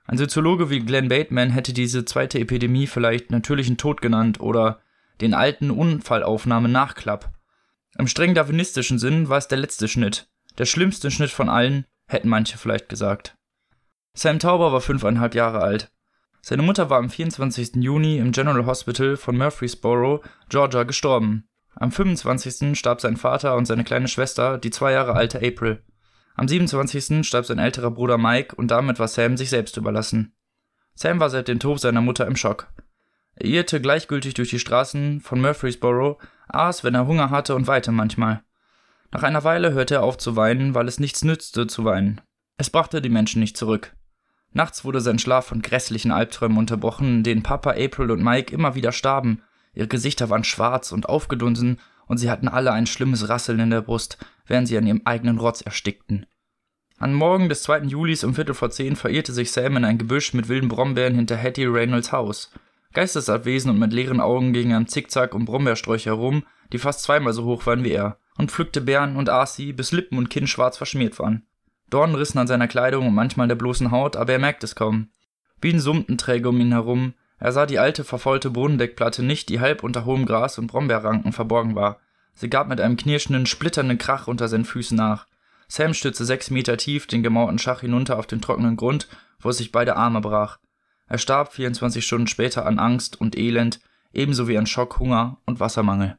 Ein Soziologe wie Glenn Bateman hätte diese zweite Epidemie vielleicht natürlichen Tod genannt oder den alten Unfallaufnahme-Nachklapp. Im streng darwinistischen Sinn war es der letzte Schnitt. Der schlimmste Schnitt von allen, hätten manche vielleicht gesagt. Sam Tauber war 5,5 Jahre alt. Seine Mutter war am 24. Juni im General Hospital von Murfreesboro, Georgia, gestorben. Am 25. starb sein Vater und seine kleine Schwester, die 2 Jahre alte April. Am 27. starb sein älterer Bruder Mike und damit war Sam sich selbst überlassen. Sam war seit dem Tod seiner Mutter im Schock. Er irrte gleichgültig durch die Straßen von Murfreesboro, aß, wenn er Hunger hatte und weinte manchmal. Nach einer Weile hörte er auf zu weinen, weil es nichts nützte zu weinen. Es brachte die Menschen nicht zurück. Nachts wurde sein Schlaf von grässlichen Albträumen unterbrochen, in denen Papa, April und Mike immer wieder starben. Ihre Gesichter waren schwarz und aufgedunsen und sie hatten alle ein schlimmes Rasseln in der Brust, während sie an ihrem eigenen Rotz erstickten. Am Morgen des 2. Julis um 9:15 verirrte sich Sam in ein Gebüsch mit wilden Brombeeren hinter Hattie Reynolds Haus. Geistesabwesend und mit leeren Augen ging er im Zickzack um Brombeersträucher herum, die fast 2-mal so hoch waren wie er, und pflückte Beeren und aß sie, bis Lippen und Kinn schwarz verschmiert waren. Dornen rissen an seiner Kleidung und manchmal der bloßen Haut, aber er merkte es kaum. Bienen summten träge um ihn herum. Er sah die alte, verfaulte Brunnendeckplatte nicht, die halb unter hohem Gras und Brombeerranken verborgen war. Sie gab mit einem knirschenden, splitternden Krach unter seinen Füßen nach. Sam stürzte 6 Meter tief den gemauerten Schach hinunter auf den trockenen Grund, wo es sich beide Arme brach. Er starb 24 Stunden später an Angst und Elend, ebenso wie an Schock, Hunger und Wassermangel.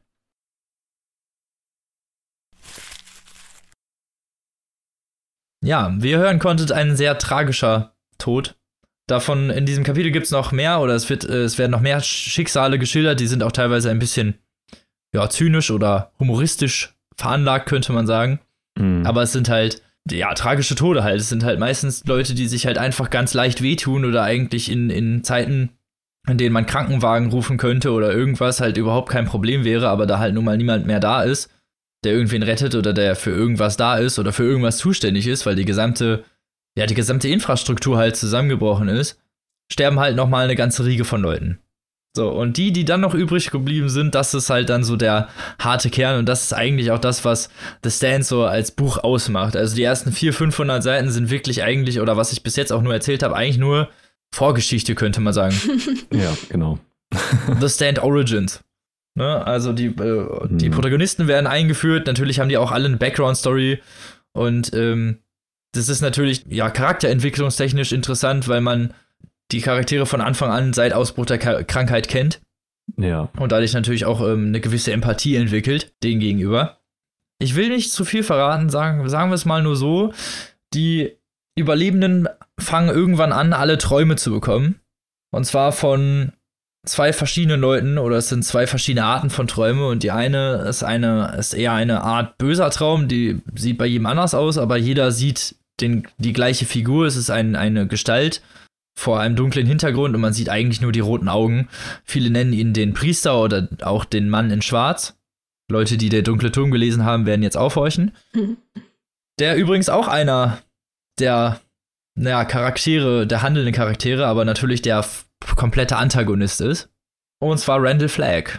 Ja, wie ihr hören konntet, ein sehr tragischer Tod. Davon in diesem Kapitel gibt es noch mehr, oder es werden noch mehr Schicksale geschildert, die sind auch teilweise ein bisschen zynisch oder humoristisch veranlagt, könnte man sagen. Aber es sind halt, tragische Tode halt. Es sind halt meistens Leute, die sich halt einfach ganz leicht wehtun oder eigentlich in Zeiten, in denen man Krankenwagen rufen könnte oder irgendwas halt überhaupt kein Problem wäre, aber da halt nun mal niemand mehr da ist, der irgendwen rettet oder der für irgendwas da ist oder für irgendwas zuständig ist, weil die gesamte Infrastruktur halt zusammengebrochen ist, sterben halt nochmal eine ganze Riege von Leuten. So, und die dann noch übrig geblieben sind, das ist halt dann so der harte Kern und das ist eigentlich auch das, was The Stand so als Buch ausmacht. Also die ersten 400-500 Seiten sind wirklich eigentlich, oder was ich bis jetzt auch nur erzählt habe, eigentlich nur Vorgeschichte, könnte man sagen. Ja, genau. The Stand Origins. Ne? Also die Protagonisten werden eingeführt, natürlich haben die auch alle eine Background-Story und das ist natürlich charakterentwicklungstechnisch interessant, weil man die Charaktere von Anfang an seit Ausbruch der Krankheit kennt. Ja. Und dadurch natürlich auch eine gewisse Empathie entwickelt, denen gegenüber. Ich will nicht zu viel verraten, sagen wir es mal nur so, die Überlebenden fangen irgendwann an, alle Träume zu bekommen. Und zwar von 2 verschiedenen Leuten, oder es sind 2 verschiedene Arten von Träumen und die eine ist eher eine Art böser Traum, die sieht bei jedem anders aus, aber jeder sieht die gleiche Figur, es ist eine Gestalt vor einem dunklen Hintergrund und man sieht eigentlich nur die roten Augen. Viele nennen ihn den Priester oder auch den Mann in Schwarz. Leute, die der dunkle Turm gelesen haben, werden jetzt aufhorchen. Der übrigens auch einer der Charaktere, der handelnden Charaktere, aber natürlich der komplette Antagonist ist. Und zwar Randall Flagg.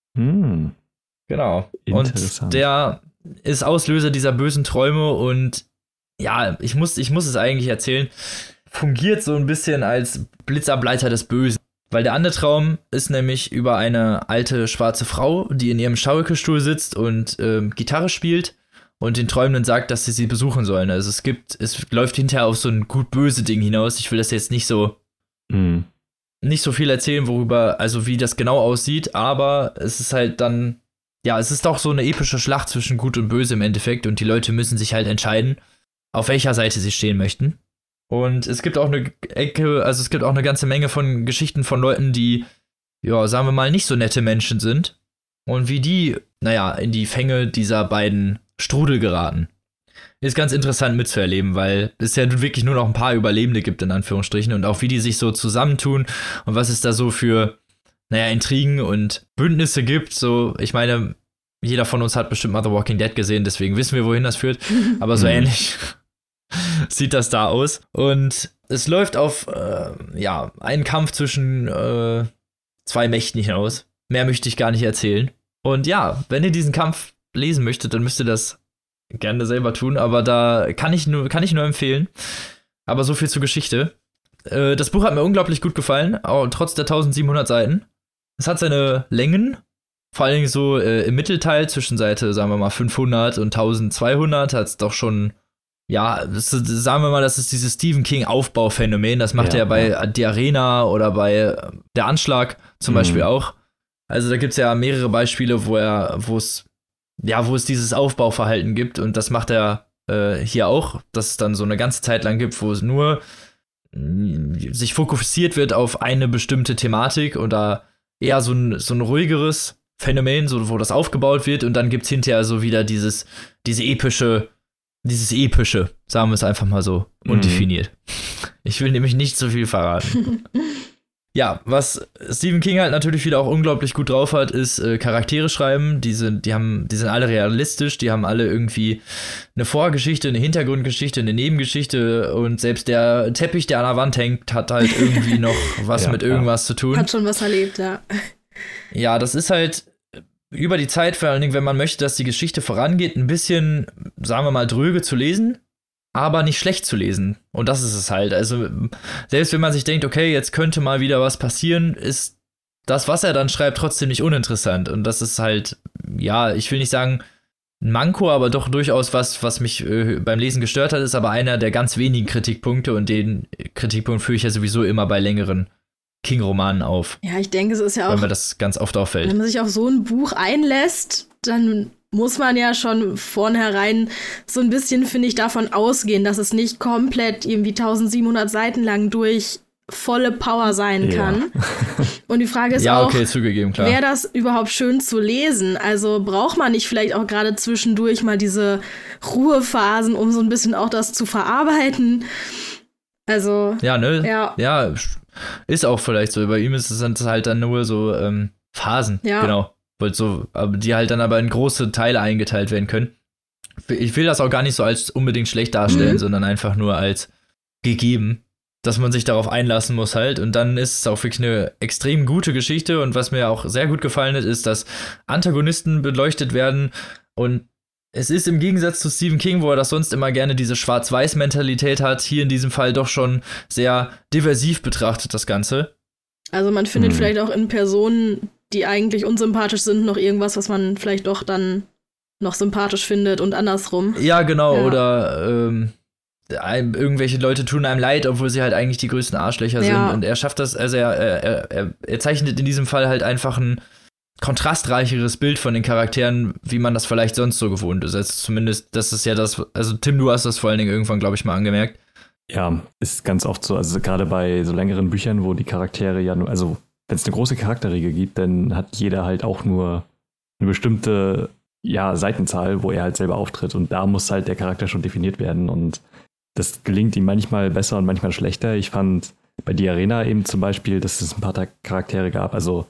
Genau. Und der ist Auslöser dieser bösen Träume und ich muss es eigentlich erzählen, fungiert so ein bisschen als Blitzableiter des Bösen. Weil der andere Traum ist nämlich über eine alte schwarze Frau, die in ihrem Schaukelstuhl sitzt und Gitarre spielt und den Träumenden sagt, dass sie besuchen sollen. Also es läuft hinterher auf so ein gut-böse Ding hinaus. Ich will das jetzt nicht so viel erzählen, wie das genau aussieht, aber es ist halt dann, es ist doch so eine epische Schlacht zwischen Gut und Böse im Endeffekt und die Leute müssen sich halt entscheiden, auf welcher Seite sie stehen möchten. Und es gibt auch eine ganze Menge von Geschichten von Leuten, die, sagen wir mal, nicht so nette Menschen sind. Und wie die, in die Fänge dieser beiden Strudel geraten. Ist ganz interessant mitzuerleben, weil es ja wirklich nur noch ein paar Überlebende gibt, in Anführungsstrichen. Und auch wie die sich so zusammentun und was es da so für, Intrigen und Bündnisse gibt. So, ich meine, jeder von uns hat bestimmt mal The Walking Dead gesehen, deswegen wissen wir, wohin das führt. Aber so ähnlich sieht das da aus. Und es läuft auf einen Kampf zwischen 2 Mächten hinaus. Mehr möchte ich gar nicht erzählen. Und wenn ihr diesen Kampf lesen möchtet, dann müsst ihr das gerne selber tun. Aber da kann ich nur empfehlen. Aber so viel zur Geschichte. das Buch hat mir unglaublich gut gefallen, auch trotz der 1700 Seiten. Es hat seine Längen, vor allen Dingen so im Mittelteil zwischen Seite, sagen wir mal, 500 und 1200 hat es doch schon, sagen wir mal, das ist dieses Stephen King Aufbauphänomen, das macht er bei Die Arena oder bei Der Anschlag zum Beispiel auch. Also da gibt es ja mehrere Beispiele, wo es dieses Aufbauverhalten gibt und das macht er hier auch, dass es dann so eine ganze Zeit lang gibt, wo es nur sich fokussiert wird auf eine bestimmte Thematik oder eher so ein ruhigeres Phänomen, so wo das aufgebaut wird und dann gibt's hinterher so wieder dieses epische, sagen wir es einfach mal so, undefiniert. Ich will nämlich nicht so viel verraten. Ja, was Stephen King halt natürlich wieder auch unglaublich gut drauf hat, ist Charaktere schreiben. Die sind alle realistisch, die haben alle irgendwie eine Vorgeschichte, eine Hintergrundgeschichte, eine Nebengeschichte und selbst der Teppich, der an der Wand hängt, hat halt irgendwie noch was mit irgendwas zu tun. Hat schon was erlebt, ja. Ja, das ist halt über die Zeit, vor allen Dingen, wenn man möchte, dass die Geschichte vorangeht, ein bisschen, sagen wir mal, dröge zu lesen, aber nicht schlecht zu lesen. Und das ist es halt. Also, selbst wenn man sich denkt, okay, jetzt könnte mal wieder was passieren, ist das, was er dann schreibt, trotzdem nicht uninteressant. Und das ist halt, ich will nicht sagen ein Manko, aber doch durchaus was mich beim Lesen gestört hat, ist aber einer der ganz wenigen Kritikpunkte und den Kritikpunkt führe ich ja sowieso immer bei längeren King-Romanen auf. Ja, ich denke, es ist ja auch, weil mir das ganz oft auffällt. Wenn man sich auf so ein Buch einlässt, dann muss man ja schon vornherein so ein bisschen, finde ich, davon ausgehen, dass es nicht komplett irgendwie 1700 Seiten lang durch volle Power sein kann. Und die Frage ist auch, zugegeben, klar. Wäre das überhaupt schön zu lesen? Also braucht man nicht vielleicht auch gerade zwischendurch mal diese Ruhephasen, um so ein bisschen auch das zu verarbeiten? Also, ja, ne? Ja, ist auch vielleicht so. Bei ihm ist es halt dann nur so Phasen, genau. Die halt dann aber in große Teile eingeteilt werden können. Ich will das auch gar nicht so als unbedingt schlecht darstellen, sondern einfach nur als gegeben, dass man sich darauf einlassen muss halt. Und dann ist es auch wirklich eine extrem gute Geschichte. Und was mir auch sehr gut gefallen hat, ist, dass Antagonisten beleuchtet werden. Und es ist im Gegensatz zu Stephen King, wo er das sonst immer gerne diese Schwarz-Weiß-Mentalität hat, hier in diesem Fall doch schon sehr diversiv betrachtet, das Ganze. Also man findet vielleicht auch in Personen, die eigentlich unsympathisch sind, noch irgendwas, was man vielleicht doch dann noch sympathisch findet und andersrum. Ja, genau. Ja. Oder irgendwelche Leute tun einem leid, obwohl sie halt eigentlich die größten Arschlöcher sind. Und er schafft das, also er zeichnet in diesem Fall halt einfach ein kontrastreicheres Bild von den Charakteren, wie man das vielleicht sonst so gewohnt ist. Also zumindest, das ist ja das, also Tim, du hast das vor allen Dingen irgendwann, glaube ich, mal angemerkt. Ja, ist ganz oft so, also gerade bei so längeren Büchern, wo die Charaktere ja nur, also wenn es eine große Charakterriege gibt, dann hat jeder halt auch nur eine bestimmte Seitenzahl, wo er halt selber auftritt und da muss halt der Charakter schon definiert werden und das gelingt ihm manchmal besser und manchmal schlechter. Ich fand bei Die Arena eben zum Beispiel, dass es ein paar Charaktere gab, also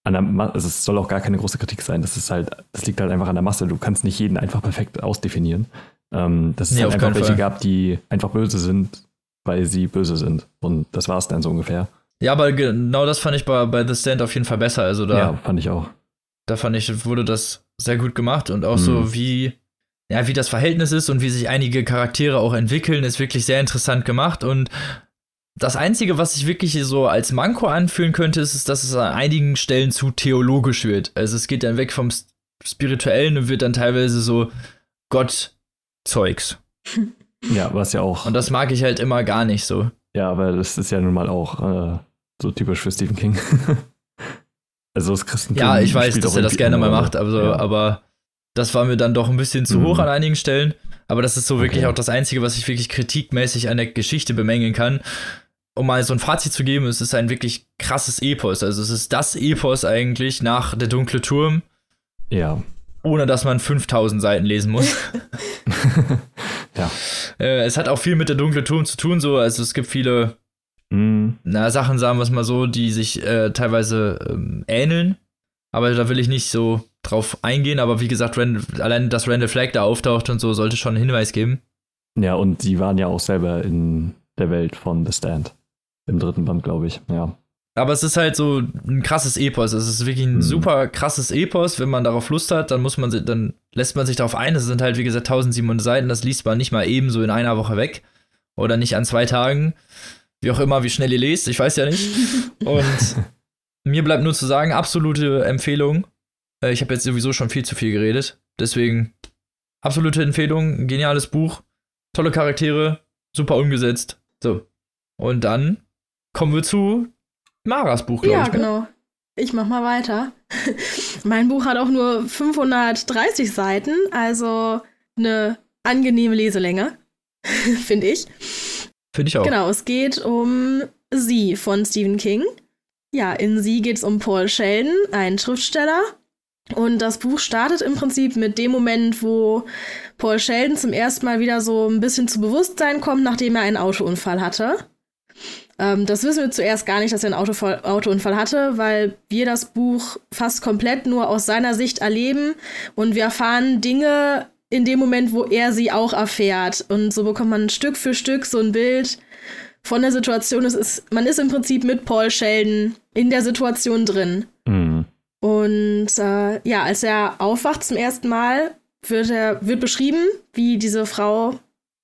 es soll auch gar keine große Kritik sein, das liegt halt einfach an der Masse, du kannst nicht jeden einfach perfekt ausdefinieren. Dass es halt einfach welche gab, die einfach böse sind, weil sie böse sind und das war es dann so ungefähr. Ja, aber genau das fand ich bei The Stand auf jeden Fall besser. Also fand ich auch. Da fand ich, wurde das sehr gut gemacht und auch so wie das Verhältnis ist und wie sich einige Charaktere auch entwickeln, ist wirklich sehr interessant gemacht und das Einzige, was sich wirklich so als Manko anfühlen könnte, ist, dass es an einigen Stellen zu theologisch wird. Also es geht dann weg vom Spirituellen und wird dann teilweise so Gott-Zeugs. Ja, was ja auch. Und das mag ich halt immer gar nicht so. Ja, aber das ist ja nun mal auch so typisch für Stephen King. Also das Christentum. Ja, ich weiß, dass er das gerne mal macht, aber das war mir dann doch ein bisschen zu hoch an einigen Stellen. Aber das ist so wirklich auch das Einzige, was ich wirklich kritikmäßig an der Geschichte bemängeln kann. Um mal so ein Fazit zu geben, es ist ein wirklich krasses Epos. Also es ist das Epos eigentlich nach Der dunkle Turm. Ja. Ohne dass man 5000 Seiten lesen muss. Ja. Es hat auch viel mit Der dunkle Turm zu tun, so. Also es gibt viele Sachen, sagen wir es mal so, die sich teilweise ähneln. Aber da will ich nicht so drauf eingehen. Aber wie gesagt, allein, dass Randall Flagg da auftaucht und so, sollte schon einen Hinweis geben. Ja, und die waren ja auch selber in der Welt von The Stand. Im 3. Band, glaube ich, ja. Aber es ist halt so ein krasses Epos. Es ist wirklich ein super krasses Epos. Wenn man darauf Lust hat, dann lässt man sich darauf ein. Es sind halt, wie gesagt, 1700 Seiten. Das liest man nicht mal eben so in einer Woche weg. Oder nicht an 2 Tagen. wie auch immer, wie schnell ihr lest, ich weiß ja nicht. Und mir bleibt nur zu sagen, absolute Empfehlung. Ich habe jetzt sowieso schon viel zu viel geredet, deswegen absolute Empfehlung, geniales Buch, tolle Charaktere, super umgesetzt. So, und dann kommen wir zu Maras Buch, glaube ich. Ja, genau. Ich mach mal weiter. Mein Buch hat auch nur 530 Seiten, also eine angenehme Leselänge, finde ich. Finde ich auch. Genau, es geht um Sie von Stephen King. Ja, in Sie geht es um Paul Sheldon, einen Schriftsteller. Und das Buch startet im Prinzip mit dem Moment, wo Paul Sheldon zum ersten Mal wieder so ein bisschen zu Bewusstsein kommt, nachdem er einen Autounfall hatte. Das wissen wir zuerst gar nicht, dass er einen Autounfall hatte, weil wir das Buch fast komplett nur aus seiner Sicht erleben und wir erfahren Dinge in dem Moment, wo er sie auch erfährt. Und so bekommt man Stück für Stück so ein Bild von der Situation. Man ist im Prinzip mit Paul Sheldon in der Situation drin. Mhm. Und als er aufwacht zum ersten Mal, wird beschrieben, wie diese Frau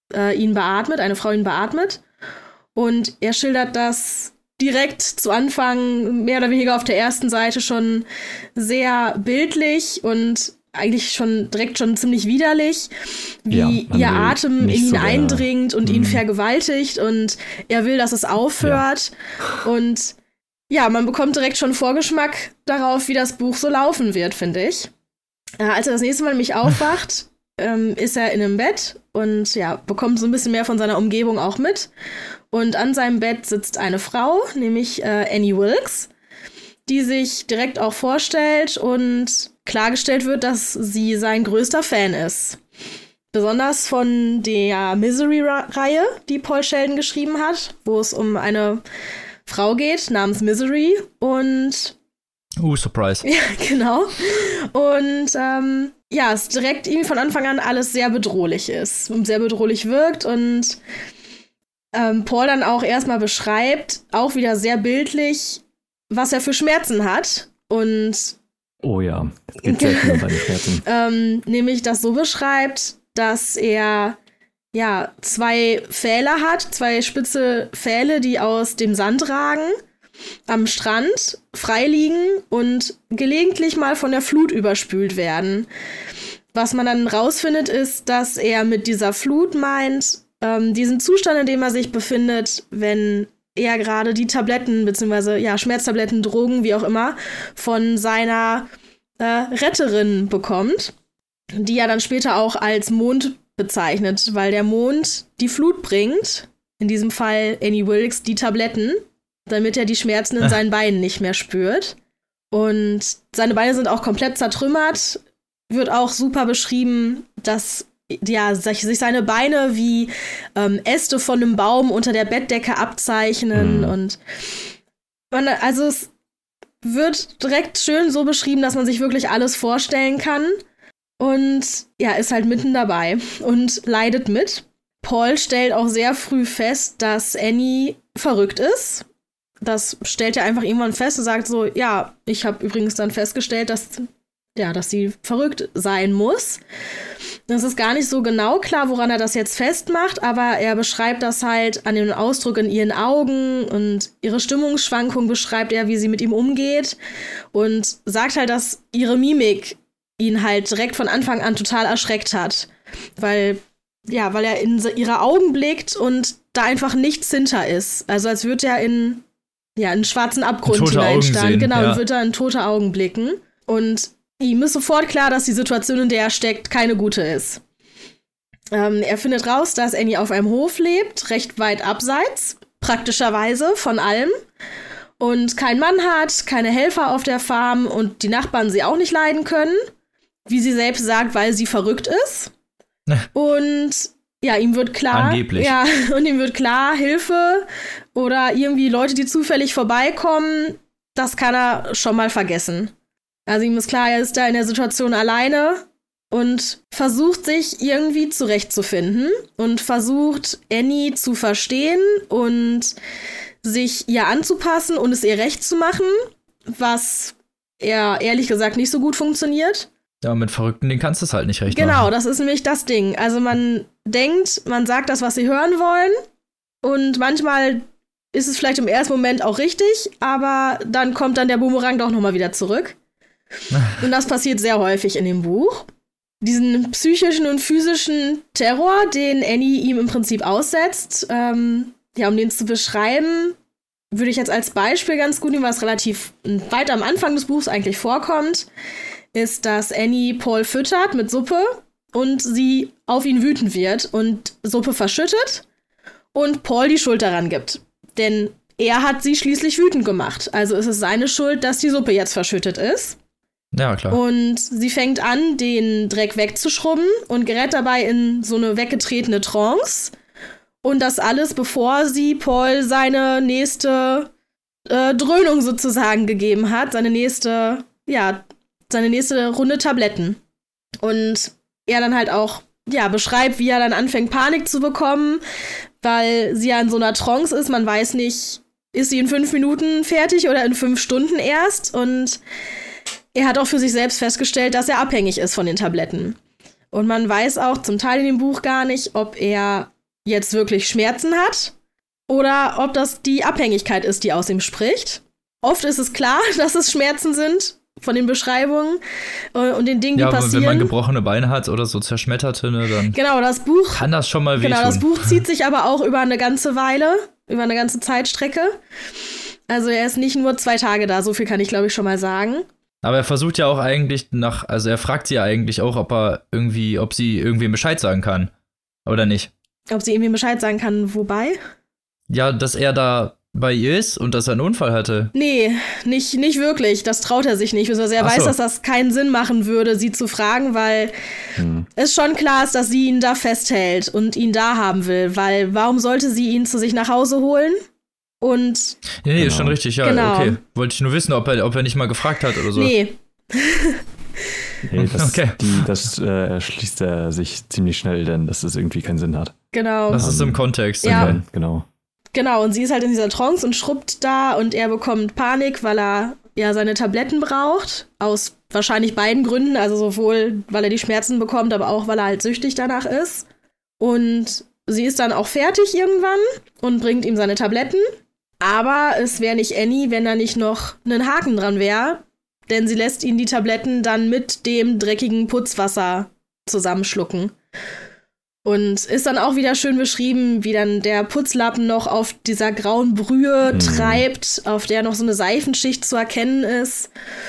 eine Frau ihn beatmet. Und er schildert das direkt zu Anfang, mehr oder weniger auf der ersten Seite schon sehr bildlich und eigentlich schon ziemlich widerlich, wie ihr Atem in ihn eindringt und ihn vergewaltigt und er will, dass es aufhört. Ja. Und ja, man bekommt direkt schon Vorgeschmack darauf, wie das Buch so laufen wird, finde ich. Als er das nächste Mal nämlich aufwacht, ist er in einem Bett und ja, bekommt so ein bisschen mehr von seiner Umgebung auch mit. Und an seinem Bett sitzt eine Frau, nämlich Annie Wilkes, die sich direkt auch vorstellt und klargestellt wird, dass sie sein größter Fan ist. Besonders von der Misery-Reihe, die Paul Sheldon geschrieben hat, wo es um eine Frau geht namens Misery und Surprise. Ja, genau. Und es direkt irgendwie von Anfang an alles sehr bedrohlich ist und sehr bedrohlich wirkt und Paul dann auch erstmal beschreibt, auch wieder sehr bildlich, was er für Schmerzen hat. Und oh ja, es geht sehr viel um seine Schmerzen. Nämlich das so beschreibt, dass er zwei Pfähle hat, zwei spitze Pfähle, die aus dem Sand ragen, am Strand frei liegen und gelegentlich mal von der Flut überspült werden. Was man dann rausfindet, ist, dass er mit dieser Flut meint, diesen Zustand, in dem er sich befindet, wenn er gerade die Tabletten, beziehungsweise Schmerztabletten, Drogen, wie auch immer, von seiner Retterin bekommt, die er dann später auch als Mond bezeichnet, weil der Mond die Flut bringt, in diesem Fall Annie Wilkes, die Tabletten, damit er die Schmerzen in seinen Beinen nicht mehr spürt. Und seine Beine sind auch komplett zertrümmert, wird auch super beschrieben, dass sich seine Beine wie Äste von einem Baum unter der Bettdecke abzeichnen. Und es wird direkt schön so beschrieben, dass man sich wirklich alles vorstellen kann. Und ist halt mitten dabei und leidet mit. Paul stellt auch sehr früh fest, dass Annie verrückt ist. Das stellt er einfach irgendwann fest und sagt so, ja, ich habe übrigens dann festgestellt, dass sie verrückt sein muss. Das ist gar nicht so genau klar, woran er das jetzt festmacht, aber er beschreibt das halt an dem Ausdruck in ihren Augen und ihre Stimmungsschwankung beschreibt er, wie sie mit ihm umgeht und sagt halt, dass ihre Mimik ihn halt direkt von Anfang an total erschreckt hat, weil er in ihre Augen blickt und da einfach nichts hinter ist. Also als würde er in einen schwarzen Abgrund hineinstarren. Genau, und würde da in tote Augen blicken. Und ihm ist sofort klar, dass die Situation, in der er steckt, keine gute ist. Er findet raus, dass Annie auf einem Hof lebt, recht weit abseits, praktischerweise von allem. Und keinen Mann hat, keine Helfer auf der Farm und die Nachbarn sie auch nicht leiden können. Wie sie selbst sagt, weil sie verrückt ist. Und ihm wird klar, angeblich. Und ihm wird klar, Hilfe oder irgendwie Leute, die zufällig vorbeikommen, das kann er schon mal vergessen. Also ihm ist klar, er ist da in der Situation alleine und versucht sich irgendwie zurechtzufinden und versucht Annie zu verstehen und sich ihr anzupassen und es ihr recht zu machen, was ehrlich gesagt nicht so gut funktioniert. Ja, mit Verrückten, denen kannst du es halt nicht recht machen. Genau, das ist nämlich das Ding. Also man denkt, man sagt das, was sie hören wollen und manchmal ist es vielleicht im ersten Moment auch richtig, aber dann kommt dann der Boomerang doch nochmal wieder zurück. Und das passiert sehr häufig in dem Buch. Diesen psychischen und physischen Terror, den Annie ihm im Prinzip aussetzt, um den zu beschreiben, würde ich jetzt als Beispiel ganz gut nehmen, was relativ weit am Anfang des Buchs eigentlich vorkommt, ist, dass Annie Paul füttert mit Suppe und sie auf ihn wütend wird und Suppe verschüttet und Paul die Schuld daran gibt. Denn er hat sie schließlich wütend gemacht. Also ist es seine Schuld, dass die Suppe jetzt verschüttet ist. Ja, klar. Und sie fängt an, den Dreck wegzuschrubben und gerät dabei in so eine weggetretene Trance. Und das alles, bevor sie Paul seine nächste Dröhnung sozusagen gegeben hat. Seine nächste Runde Tabletten. Und er dann halt auch beschreibt, wie er dann anfängt, Panik zu bekommen, weil sie ja in so einer Trance ist. Man weiß nicht, ist sie in 5 Minuten fertig oder in 5 Stunden erst. Und er hat auch für sich selbst festgestellt, dass er abhängig ist von den Tabletten. Und man weiß auch zum Teil in dem Buch gar nicht, ob er jetzt wirklich Schmerzen hat oder ob das die Abhängigkeit ist, die aus ihm spricht. Oft ist es klar, dass es Schmerzen sind von den Beschreibungen und den Dingen, die passieren. Ja, wenn man gebrochene Beine hat oder so zerschmetterte, ne, dann das Buch kann das schon mal wehtun. Genau, das Buch zieht sich aber auch über eine ganze Weile, über eine ganze Zeitstrecke. Also er ist nicht nur 2 Tage da, so viel kann ich, glaube ich, schon mal sagen. Aber er versucht ja auch eigentlich er fragt sie ja eigentlich auch, ob sie irgendwie Bescheid sagen kann. Oder nicht? Ob sie irgendwie Bescheid sagen kann, wobei? Ja, dass er da bei ihr ist und dass er einen Unfall hatte. Nee, nicht wirklich. Das traut er sich nicht. Also er weiß, dass das keinen Sinn machen würde, sie zu fragen, weil es schon klar ist, dass sie ihn da festhält und ihn da haben will. Weil warum sollte sie ihn zu sich nach Hause holen? Und nee, ist schon richtig, ja, genau. Okay. Wollte ich nur wissen, ob er nicht mal gefragt hat oder so. Nee. Das erschließt er sich ziemlich schnell, denn dass es irgendwie keinen Sinn hat. Genau. Das ist im Kontext. Ja. Okay, genau. Genau, und sie ist halt in dieser Trance und schrubbt da und er bekommt Panik, weil er seine Tabletten braucht. Aus wahrscheinlich beiden Gründen, also sowohl, weil er die Schmerzen bekommt, aber auch, weil er halt süchtig danach ist. Und sie ist dann auch fertig irgendwann und bringt ihm seine Tabletten. Aber es wäre nicht Annie, wenn da nicht noch ein Haken dran wäre. Denn sie lässt ihn die Tabletten dann mit dem dreckigen Putzwasser zusammenschlucken. Und ist dann auch wieder schön beschrieben, wie dann der Putzlappen noch auf dieser grauen Brühe treibt, auf der noch so eine Seifenschicht zu erkennen ist.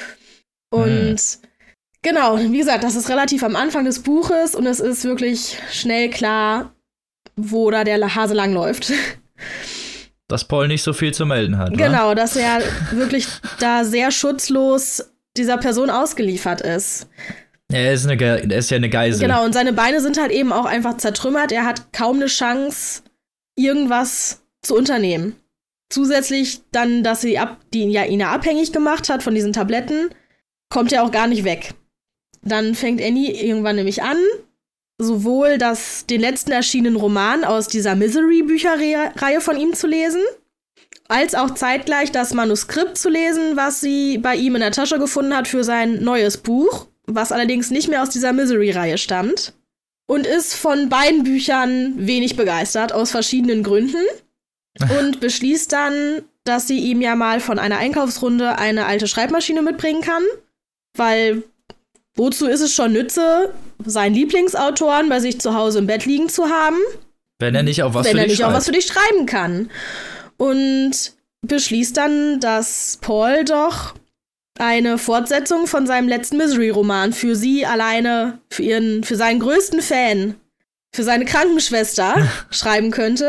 Und genau, wie gesagt, das ist relativ am Anfang des Buches und es ist wirklich schnell klar, wo da der Hase langläuft. Dass Paul nicht so viel zu melden hat. Genau, ne? Dass er wirklich da sehr schutzlos dieser Person ausgeliefert ist. Er ist ja eine Geisel. Genau, und seine Beine sind halt eben auch einfach zertrümmert. Er hat kaum eine Chance, irgendwas zu unternehmen. Zusätzlich dann, dass sie ihn ja abhängig gemacht hat von diesen Tabletten, kommt er auch gar nicht weg. Dann fängt Annie irgendwann nämlich an, sowohl den letzten erschienenen Roman aus dieser Misery-Bücherreihe von ihm zu lesen, als auch zeitgleich das Manuskript zu lesen, was sie bei ihm in der Tasche gefunden hat für sein neues Buch, was allerdings nicht mehr aus dieser Misery-Reihe stammt. Und ist von beiden Büchern wenig begeistert, aus verschiedenen Gründen. Und beschließt dann, dass sie ihm ja mal von einer Einkaufsrunde eine alte Schreibmaschine mitbringen kann. Weil, wozu ist es schon Nütze, seinen Lieblingsautoren bei sich zu Hause im Bett liegen zu haben? Wenn er nicht auch was für dich schreiben kann. Und beschließt dann, dass Paul doch eine Fortsetzung von seinem letzten Misery-Roman für sie alleine, für seinen größten Fan, für seine Krankenschwester schreiben könnte.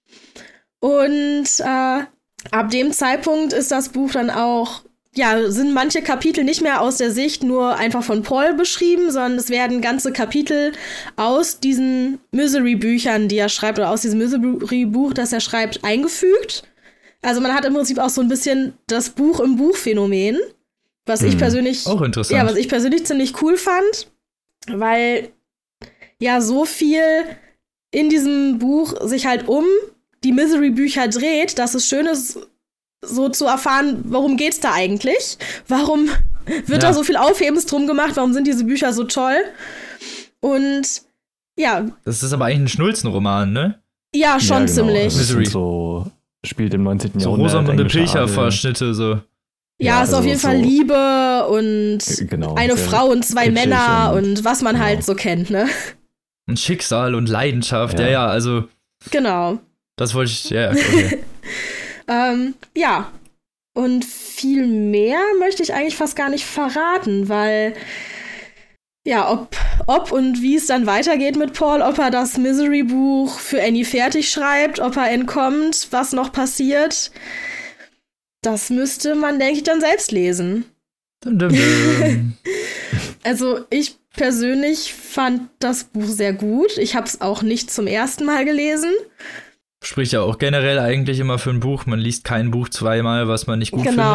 Und ab dem Zeitpunkt ist das Buch dann auch, sind manche Kapitel nicht mehr aus der Sicht nur einfach von Paul beschrieben, sondern es werden ganze Kapitel aus diesen Misery-Büchern, die er schreibt, oder aus diesem Misery-Buch, das er schreibt, eingefügt. Also man hat im Prinzip auch so ein bisschen das Buch im Buch-Phänomen, was ich persönlich auch interessant. Ja, was ich persönlich ziemlich cool fand, weil ja so viel in diesem Buch sich halt um die Misery-Bücher dreht, dass es schön ist, so zu erfahren, worum geht's da eigentlich? Warum wird da so viel Aufhebens drum gemacht? Warum sind diese Bücher so toll? Und ja. Das ist aber eigentlich ein Schnulzenroman, ne? Ja, schon ziemlich. Das sind so spielt im 19. so Jahrhundert. So Rosamunde Pilcher-Verschnitte, so. Ja, ist also auf jeden Fall Liebe und eine Frau und 2 Männer und was man halt so kennt, ne? Und Schicksal und Leidenschaft, ja, also. Genau. Das wollte ich, okay. Ja, und viel mehr möchte ich eigentlich fast gar nicht verraten, weil, ja, ob und wie es dann weitergeht mit Paul, ob er das Misery-Buch für Annie fertig schreibt, ob er entkommt, was noch passiert, das müsste man, denke ich, dann selbst lesen. Also ich persönlich fand das Buch sehr gut. Ich habe es auch nicht zum ersten Mal gelesen. Spricht ja auch generell eigentlich immer für ein Buch. Man liest kein Buch zweimal, was man nicht gut findet.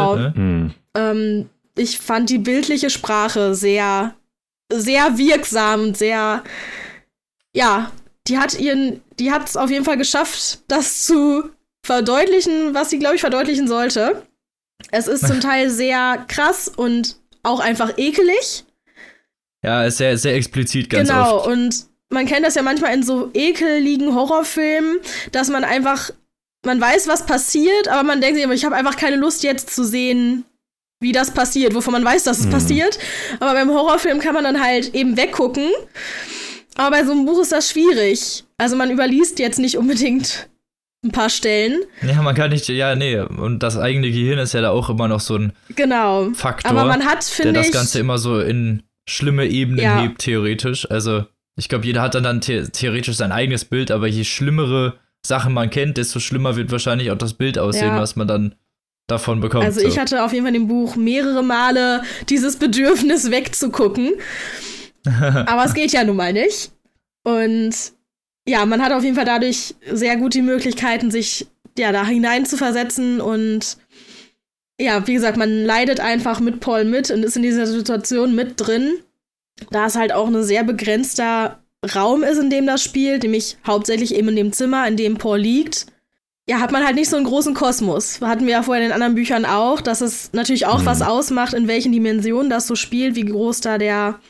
Ne? Ich fand die bildliche Sprache sehr, sehr wirksam und sehr, ja, die hat es auf jeden Fall geschafft, das zu verdeutlichen, was sie, glaube ich, verdeutlichen sollte. Es ist zum Teil sehr krass und auch einfach ekelig. Ja, ist sehr, sehr explizit ganz oft. Genau, und man kennt das ja manchmal in so ekeligen Horrorfilmen, dass man weiß, was passiert, aber man denkt sich immer, ich habe einfach keine Lust jetzt zu sehen, wie das passiert, wovon man weiß, dass es passiert. Aber beim Horrorfilm kann man dann halt eben weggucken. Aber bei so einem Buch ist das schwierig. Also man überliest jetzt nicht unbedingt ein paar Stellen. Ja, man kann nicht, und das eigene Gehirn ist ja da auch immer noch so ein Faktor, aber man hat, der das Ganze immer so in schlimme Ebenen hebt, theoretisch. Also ich glaube, jeder hat dann theoretisch sein eigenes Bild, aber je schlimmere Sachen man kennt, desto schlimmer wird wahrscheinlich auch das Bild aussehen, was man dann davon bekommt. Also ich hatte auf jeden Fall in dem Buch mehrere Male dieses Bedürfnis wegzugucken. Aber es geht ja nun mal nicht. Und ja, man hat auf jeden Fall dadurch sehr gut die Möglichkeiten, sich da hineinzuversetzen. Und ja, wie gesagt, man leidet einfach mit Paul mit und ist in dieser Situation mit drin. Da es halt auch ein sehr begrenzter Raum ist, in dem das spielt, nämlich hauptsächlich eben in dem Zimmer, in dem Paul liegt, ja, hat man halt nicht so einen großen Kosmos. Hatten wir ja vorher in den anderen Büchern auch, dass es natürlich auch was ausmacht, in welchen Dimensionen das so spielt, wie groß da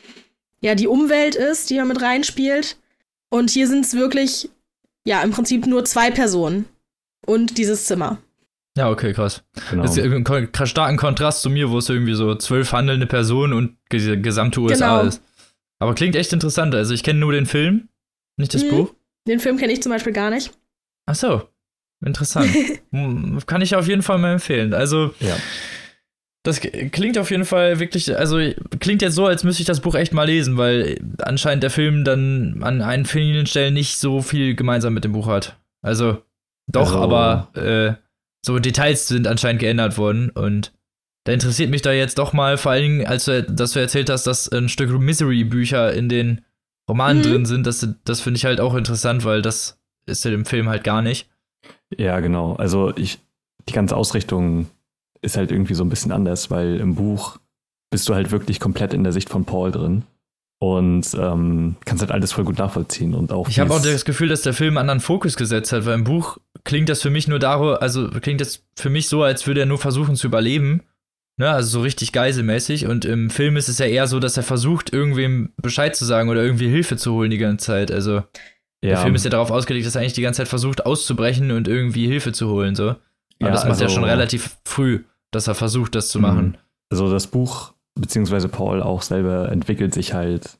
die Umwelt ist, die da mit reinspielt. Und hier sind es wirklich, ja, im Prinzip nur 2 Personen und dieses Zimmer. Ja, okay, krass. Genau. Das ist ein starken Kontrast zu mir, wo es irgendwie so 12 handelnde Personen und die gesamte USA ist. Aber klingt echt interessant. Also ich kenne nur den Film, nicht das Buch. Den Film kenne ich zum Beispiel gar nicht. Ach so, interessant. Kann ich auf jeden Fall mal empfehlen. Also das klingt auf jeden Fall wirklich, also klingt jetzt so, als müsste ich das Buch echt mal lesen, weil anscheinend der Film dann an vielen Stellen nicht so viel gemeinsam mit dem Buch hat. Also doch, aber so Details sind anscheinend geändert worden und da interessiert mich da jetzt doch mal, vor allen Dingen, dass du erzählt hast, dass ein Stück Misery-Bücher in den Romanen drin sind, das finde ich halt auch interessant, weil das ist ja im Film halt gar nicht. Ja, genau. Also die ganze Ausrichtung ist halt irgendwie so ein bisschen anders, weil im Buch bist du halt wirklich komplett in der Sicht von Paul drin und kannst halt alles voll gut nachvollziehen. Und auch ich habe auch das Gefühl, dass der Film einen anderen Fokus gesetzt hat, weil im Buch klingt das für mich klingt das für mich so, als würde er nur versuchen zu überleben. Ne, also so richtig geiselmäßig. Und im Film ist es ja eher so, dass er versucht, irgendwem Bescheid zu sagen oder irgendwie Hilfe zu holen die ganze Zeit. Also der Film ist ja darauf ausgelegt, dass er eigentlich die ganze Zeit versucht auszubrechen und irgendwie Hilfe zu holen. So. Aber das macht er schon relativ früh, dass er versucht, das zu machen. Also das Buch, beziehungsweise Paul auch selber, entwickelt sich halt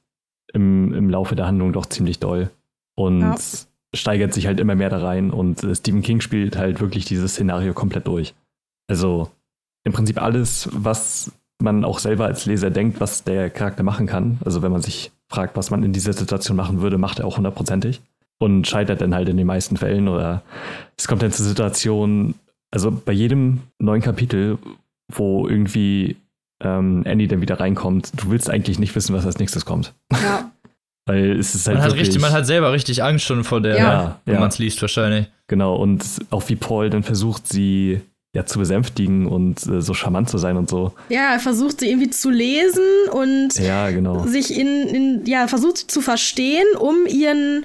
im Laufe der Handlung doch ziemlich doll. Und steigert sich halt immer mehr da rein. Und Stephen King spielt halt wirklich dieses Szenario komplett durch. Also im Prinzip alles, was man auch selber als Leser denkt, was der Charakter machen kann. Also wenn man sich fragt, was man in dieser Situation machen würde, macht er auch 100%ig. Und scheitert dann halt in den meisten Fällen. Oder es kommt dann zur Situation, also bei jedem neuen Kapitel, wo irgendwie Annie dann wieder reinkommt, du willst eigentlich nicht wissen, was als nächstes kommt. Ja. Weil es ist halt man hat selber richtig Angst schon vor der, wenn man es liest wahrscheinlich. Genau, und auch wie Paul dann versucht, sie zu besänftigen und so charmant zu sein und so. Ja, er versucht sie irgendwie zu lesen und sich versucht sie zu verstehen, um ihren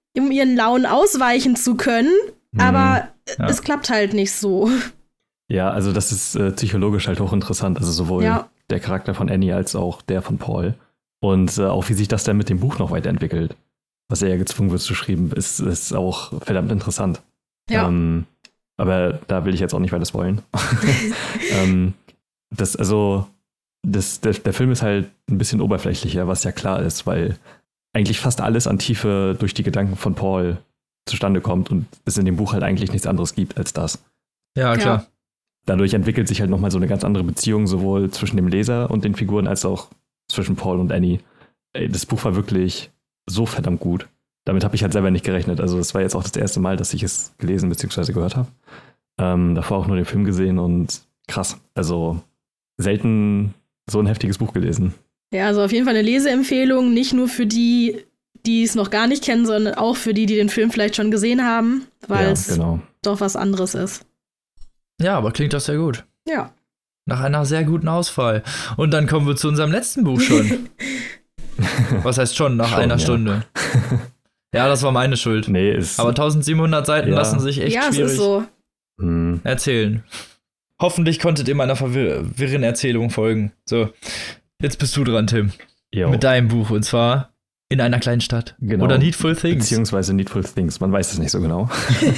Launen ausweichen zu können, aber es klappt halt nicht so. Ja, also das ist psychologisch halt hochinteressant, also sowohl der Charakter von Annie als auch der von Paul und auch wie sich das dann mit dem Buch noch weiterentwickelt, was er ja gezwungen wird zu schreiben, ist auch verdammt interessant. Ja. Aber da will ich jetzt auch nicht weiter spoilen. Der Film ist halt ein bisschen oberflächlicher, was ja klar ist, weil eigentlich fast alles an Tiefe durch die Gedanken von Paul zustande kommt und es in dem Buch halt eigentlich nichts anderes gibt als das. Ja, klar. Ja. Dadurch entwickelt sich halt nochmal so eine ganz andere Beziehung, sowohl zwischen dem Leser und den Figuren, als auch zwischen Paul und Annie. Das Buch war wirklich so verdammt gut. Damit habe ich halt selber nicht gerechnet. Also es war jetzt auch das erste Mal, dass ich es gelesen bzw. gehört habe. Davor auch nur den Film gesehen und krass. Also selten so ein heftiges Buch gelesen. Ja, also auf jeden Fall eine Leseempfehlung, nicht nur für die es noch gar nicht kennen, sondern auch für die den Film vielleicht schon gesehen haben, weil es doch was anderes ist. Ja, aber klingt doch sehr gut. Ja. Nach einer sehr guten Auswahl. Und dann kommen wir zu unserem letzten Buch schon. Was heißt schon, nach einer Stunde? Ja, das war meine Schuld. Nee, aber 1700 Seiten lassen sich echt schwierig es ist so. Erzählen. Hoffentlich konntet ihr meiner verwirrenden Erzählung folgen. So, jetzt bist du dran, Tim. Jo. Mit deinem Buch, und zwar In einer kleinen Stadt. Genau. Oder Needful Things. Beziehungsweise Needful Things, man weiß es nicht so genau.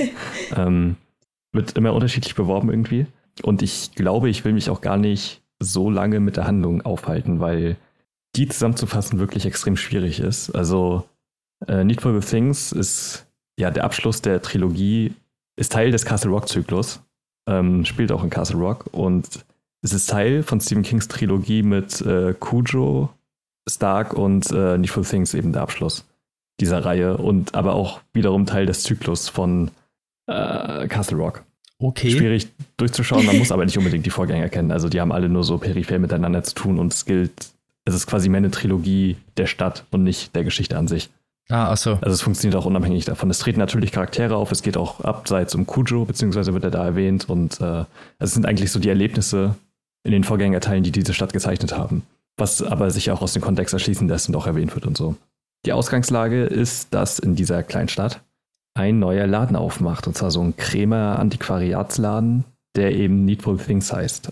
Wird immer unterschiedlich beworben irgendwie. Und ich glaube, ich will mich auch gar nicht so lange mit der Handlung aufhalten, weil die zusammenzufassen wirklich extrem schwierig ist. Also Needful Things ist ja der Abschluss der Trilogie, ist Teil des Castle Rock-Zyklus, spielt auch in Castle Rock und es ist Teil von Stephen Kings Trilogie mit Cujo, Stark und Needful Things, eben der Abschluss dieser Reihe und aber auch wiederum Teil des Zyklus von Castle Rock. Okay. Schwierig durchzuschauen, man muss aber nicht unbedingt die Vorgänger kennen. Also die haben alle nur so peripher miteinander zu tun und es ist quasi mehr eine Trilogie der Stadt und nicht der Geschichte an sich. Ach so. Also es funktioniert auch unabhängig davon. Es treten natürlich Charaktere auf, es geht auch abseits um Cujo, beziehungsweise wird er da erwähnt und es sind eigentlich so die Erlebnisse in den Vorgängerteilen, die diese Stadt gezeichnet haben. Was aber sich auch aus dem Kontext erschließen lässt und auch erwähnt wird und so. Die Ausgangslage ist, dass in dieser Kleinstadt ein neuer Laden aufmacht, und zwar so ein Krämer Antiquariatsladen, der eben Needful Things heißt.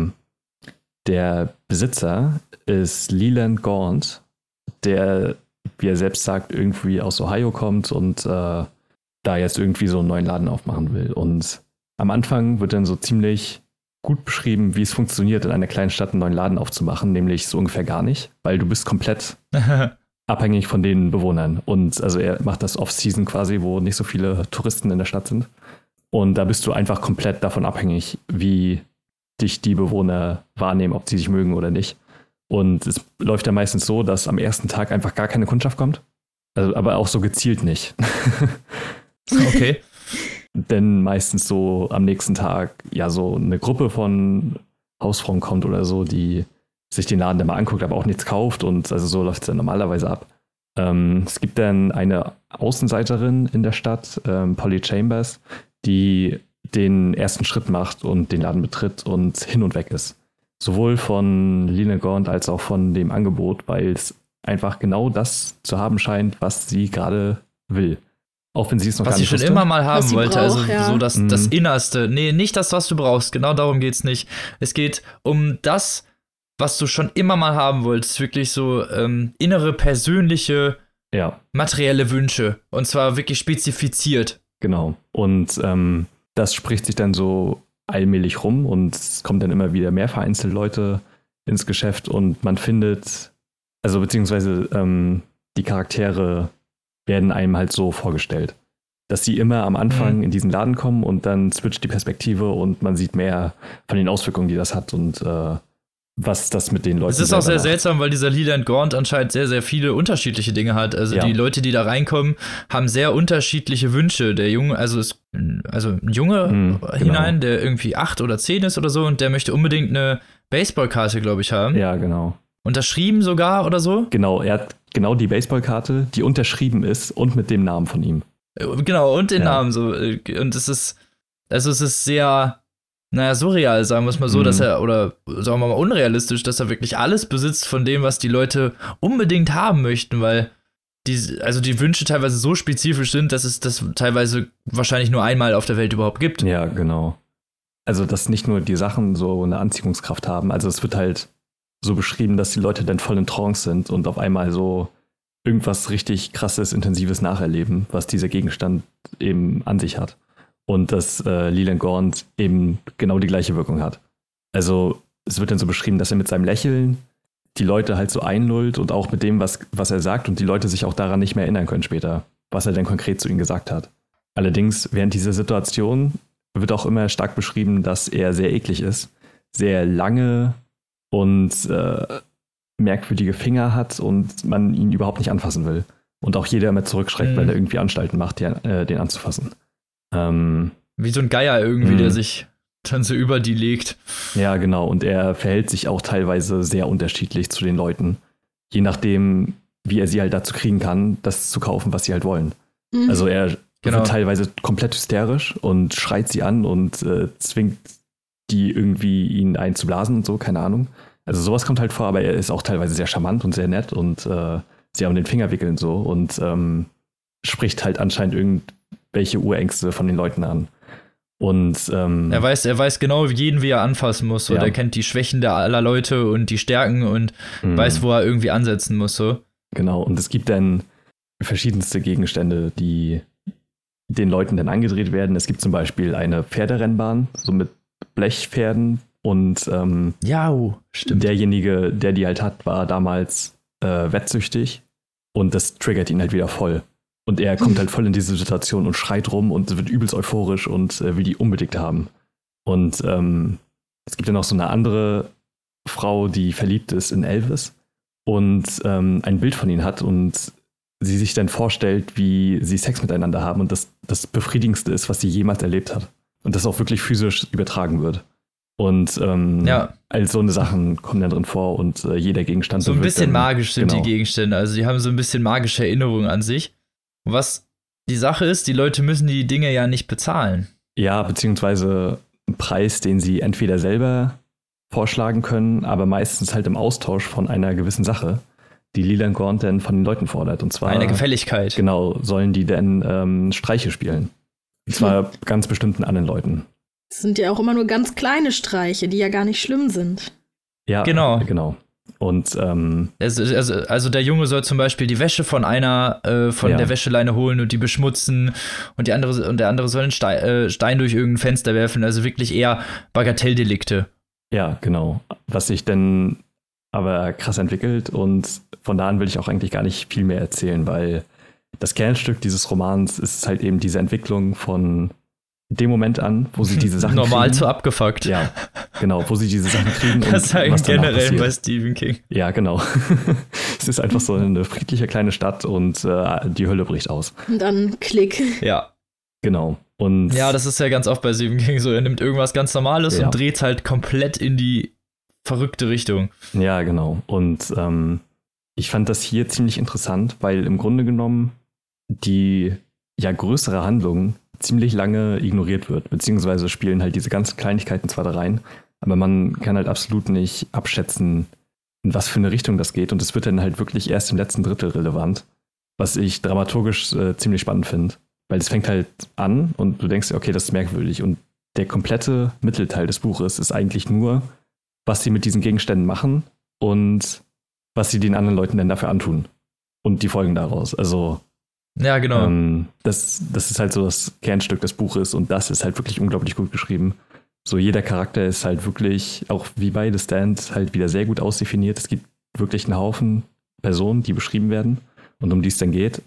Der Besitzer ist Leland Gaunt, der, wie er selbst sagt, irgendwie aus Ohio kommt und da jetzt irgendwie so einen neuen Laden aufmachen will. Und am Anfang wird dann so ziemlich gut beschrieben, wie es funktioniert, in einer kleinen Stadt einen neuen Laden aufzumachen, nämlich so ungefähr gar nicht, weil du bist komplett abhängig von den Bewohnern. Und also er macht das Off-Season quasi, wo nicht so viele Touristen in der Stadt sind. Und da bist du einfach komplett davon abhängig, wie dich die Bewohner wahrnehmen, ob sie dich mögen oder nicht. Und es läuft ja meistens so, dass am ersten Tag einfach gar keine Kundschaft kommt. Also, aber auch so gezielt nicht. Okay. Denn meistens so am nächsten Tag ja so eine Gruppe von Hausfrauen kommt oder so, die sich den Laden dann mal anguckt, aber auch nichts kauft und also so läuft es dann normalerweise ab. Es gibt dann eine Außenseiterin in der Stadt, Polly Chambers, die den ersten Schritt macht und den Laden betritt und hin und weg ist. Sowohl von Leland Gaunt als auch von dem Angebot, weil es einfach genau das zu haben scheint, was sie gerade will. Auch wenn sie es noch gar nicht wusste. Was sie schon immer mal haben wollte, braucht, also ja. so das Innerste. Nee, nicht das, was du brauchst, genau darum geht's nicht. Es geht um das, was du schon immer mal haben wolltest, wirklich so innere, persönliche, materielle Wünsche. Und zwar wirklich spezifiziert. Genau. Und das spricht sich dann so allmählich rum und es kommen dann immer wieder mehr vereinzelte Leute ins Geschäft und man findet, also beziehungsweise die Charaktere werden einem halt so vorgestellt, dass sie immer am Anfang in diesen Laden kommen und dann switcht die Perspektive und man sieht mehr von den Auswirkungen, die das hat und was das mit den Leuten Es ist auch sehr seltsam, weil dieser Leland Gaunt anscheinend sehr, sehr viele unterschiedliche Dinge hat. Also die Leute, die da reinkommen, haben sehr unterschiedliche Wünsche. Der Junge, also ein Junge hinein, der irgendwie 8 oder 10 ist oder so und der möchte unbedingt eine Baseballkarte, glaube ich, haben. Ja, genau. Unterschrieben sogar oder so? Genau, er hat genau die Baseballkarte, die unterschrieben ist und mit dem Namen von ihm. Genau, und den Namen so. Und es ist sehr, surreal, sagen wir es mal so, dass er, oder sagen wir mal unrealistisch, dass er wirklich alles besitzt von dem, was die Leute unbedingt haben möchten, weil die Wünsche teilweise so spezifisch sind, dass es das teilweise wahrscheinlich nur einmal auf der Welt überhaupt gibt. Ja, genau. Also, dass nicht nur die Sachen so eine Anziehungskraft haben, also es wird halt so beschrieben, dass die Leute dann voll in Trance sind und auf einmal so irgendwas richtig krasses, intensives nacherleben, was dieser Gegenstand eben an sich hat. und dass Leland Gaunt eben genau die gleiche Wirkung hat. Also es wird dann so beschrieben, dass er mit seinem Lächeln die Leute halt so einlullt und auch mit dem, was er sagt und die Leute sich auch daran nicht mehr erinnern können später, was er denn konkret zu ihnen gesagt hat. Allerdings während dieser Situation wird auch immer stark beschrieben, dass er sehr eklig ist, sehr lange und merkwürdige Finger hat und man ihn überhaupt nicht anfassen will. Und auch jeder immer zurückschreckt, weil er irgendwie Anstalten macht, den anzufassen. Wie so ein Geier irgendwie, der sich dann so über die legt. Ja, genau. Und er verhält sich auch teilweise sehr unterschiedlich zu den Leuten. Je nachdem, wie er sie halt dazu kriegen kann, das zu kaufen, was sie halt wollen. Also er wird teilweise komplett hysterisch und schreit sie an und zwingt die irgendwie ihn einzublasen und so, keine Ahnung. Also sowas kommt halt vor, aber er ist auch teilweise sehr charmant und sehr nett und sehr um den Finger wickeln so und spricht halt anscheinend irgendwelche Urängste von den Leuten an. Und er weiß genau jeden, wie er anfassen muss. So. Ja. Er kennt die Schwächen aller Leute und die Stärken und weiß, wo er irgendwie ansetzen muss. So. Genau, und es gibt dann verschiedenste Gegenstände, die den Leuten dann angedreht werden. Es gibt zum Beispiel eine Pferderennbahn, so mit Blechpferden. Und stimmt. Derjenige, der die halt hat, war damals wettsüchtig. Und das triggert ihn halt wieder voll. Und er kommt halt voll in diese Situation und schreit rum und wird übelst euphorisch und will die unbedingt haben. Und es gibt ja noch so eine andere Frau, die verliebt ist in Elvis und ein Bild von ihm hat und sie sich dann vorstellt, wie sie Sex miteinander haben und das Befriedigendste ist, was sie jemals erlebt hat. Und das auch wirklich physisch übertragen wird. Und all so eine Sachen kommen dann drin vor und jeder Gegenstand. So ein bisschen magisch sind die Gegenstände. Also die haben so ein bisschen magische Erinnerungen an sich. Was die Sache ist, die Leute müssen die Dinge ja nicht bezahlen. Ja, beziehungsweise einen Preis, den sie entweder selber vorschlagen können, aber meistens halt im Austausch von einer gewissen Sache, die Leland Gaunt dann von den Leuten fordert. Und zwar eine Gefälligkeit. Genau, sollen die dann Streiche spielen. Und zwar ganz bestimmten anderen Leuten. Das sind ja auch immer nur ganz kleine Streiche, die ja gar nicht schlimm sind. Ja, genau. Und also der Junge soll zum Beispiel die Wäsche von der Wäscheleine holen und die beschmutzen und der andere soll einen Stein durch irgendein Fenster werfen, also wirklich eher Bagatelldelikte. Ja, genau. Was sich dann aber krass entwickelt und von da an will ich auch eigentlich gar nicht viel mehr erzählen, weil das Kernstück dieses Romans ist halt eben diese Entwicklung von dem Moment an, wo sie diese Sachen normal kriegen. Zu abgefuckt. Ja, genau, wo sie diese Sachen kriegen. Das ist eigentlich generell bei Stephen King. Ja, genau. Es ist einfach so eine friedliche kleine Stadt und die Hölle bricht aus. Und dann Klick. Ja. Genau. Und ja, das ist ja ganz oft bei Stephen King so. Er nimmt irgendwas ganz Normales und dreht es halt komplett in die verrückte Richtung. Ja, genau. Und ich fand das hier ziemlich interessant, weil im Grunde genommen die größere Handlung ziemlich lange ignoriert wird, beziehungsweise spielen halt diese ganzen Kleinigkeiten zwar da rein, aber man kann halt absolut nicht abschätzen, in was für eine Richtung das geht und es wird dann halt wirklich erst im letzten Drittel relevant, was ich dramaturgisch ziemlich spannend finde, weil es fängt halt an und du denkst dir, okay, das ist merkwürdig und der komplette Mittelteil des Buches ist eigentlich nur, was sie mit diesen Gegenständen machen und was sie den anderen Leuten dann dafür antun und die Folgen daraus, also ja, genau. Das ist halt so das Kernstück des Buches und das ist halt wirklich unglaublich gut geschrieben. So jeder Charakter ist halt wirklich, auch wie bei The Stand, halt wieder sehr gut ausdefiniert. Es gibt wirklich einen Haufen Personen, die beschrieben werden und um die es dann geht.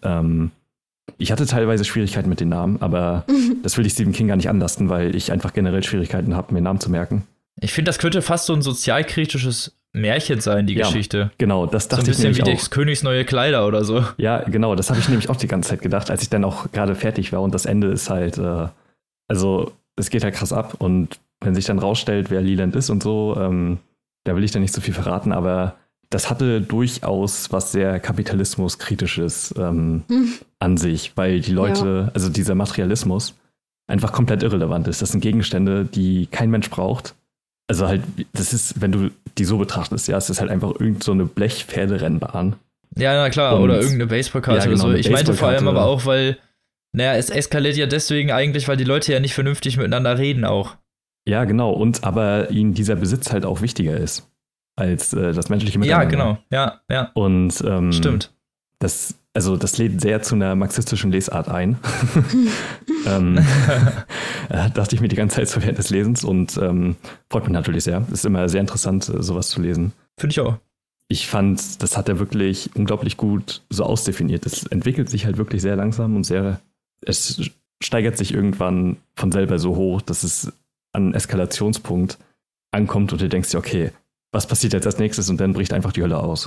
Ich hatte teilweise Schwierigkeiten mit den Namen, aber das will ich Stephen King gar nicht anlasten, weil ich einfach generell Schwierigkeiten habe, mir Namen zu merken. Ich finde, das könnte fast so ein sozialkritisches Märchen sein, die Geschichte. Genau, das dachte ich nämlich auch. So ein bisschen wie des Königs neue Kleider oder so. Ja, genau, das habe ich nämlich auch die ganze Zeit gedacht, als ich dann auch gerade fertig war und das Ende ist halt, also es geht halt krass ab und wenn sich dann rausstellt, wer Leland ist und so, da will ich dann nicht so viel verraten, aber das hatte durchaus was sehr Kapitalismuskritisches an sich, weil die Leute, also dieser Materialismus einfach komplett irrelevant ist. Das sind Gegenstände, die kein Mensch braucht. Also halt, das ist, wenn du die so betrachtest, es ist halt einfach irgend so eine Blechpferderennbahn. Ja, na klar, oder irgendeine Baseballkarte oder so. Ich meinte vor allem aber auch, weil, es eskaliert ja deswegen eigentlich, weil die Leute ja nicht vernünftig miteinander reden auch. Ja, genau, und aber ihnen dieser Besitz halt auch wichtiger ist als das menschliche Miteinander. Ja, genau, ja. Und stimmt. Das lädt sehr zu einer marxistischen Lesart ein. dachte ich mir die ganze Zeit so während des Lesens und freut mich natürlich sehr. Ist immer sehr interessant, sowas zu lesen. Finde ich auch. Ich fand, das hat er wirklich unglaublich gut so ausdefiniert. Es entwickelt sich halt wirklich sehr langsam und es steigert sich irgendwann von selber so hoch, dass es an einen Eskalationspunkt ankommt und du denkst dir, okay, was passiert jetzt als nächstes? Und dann bricht einfach die Hölle aus.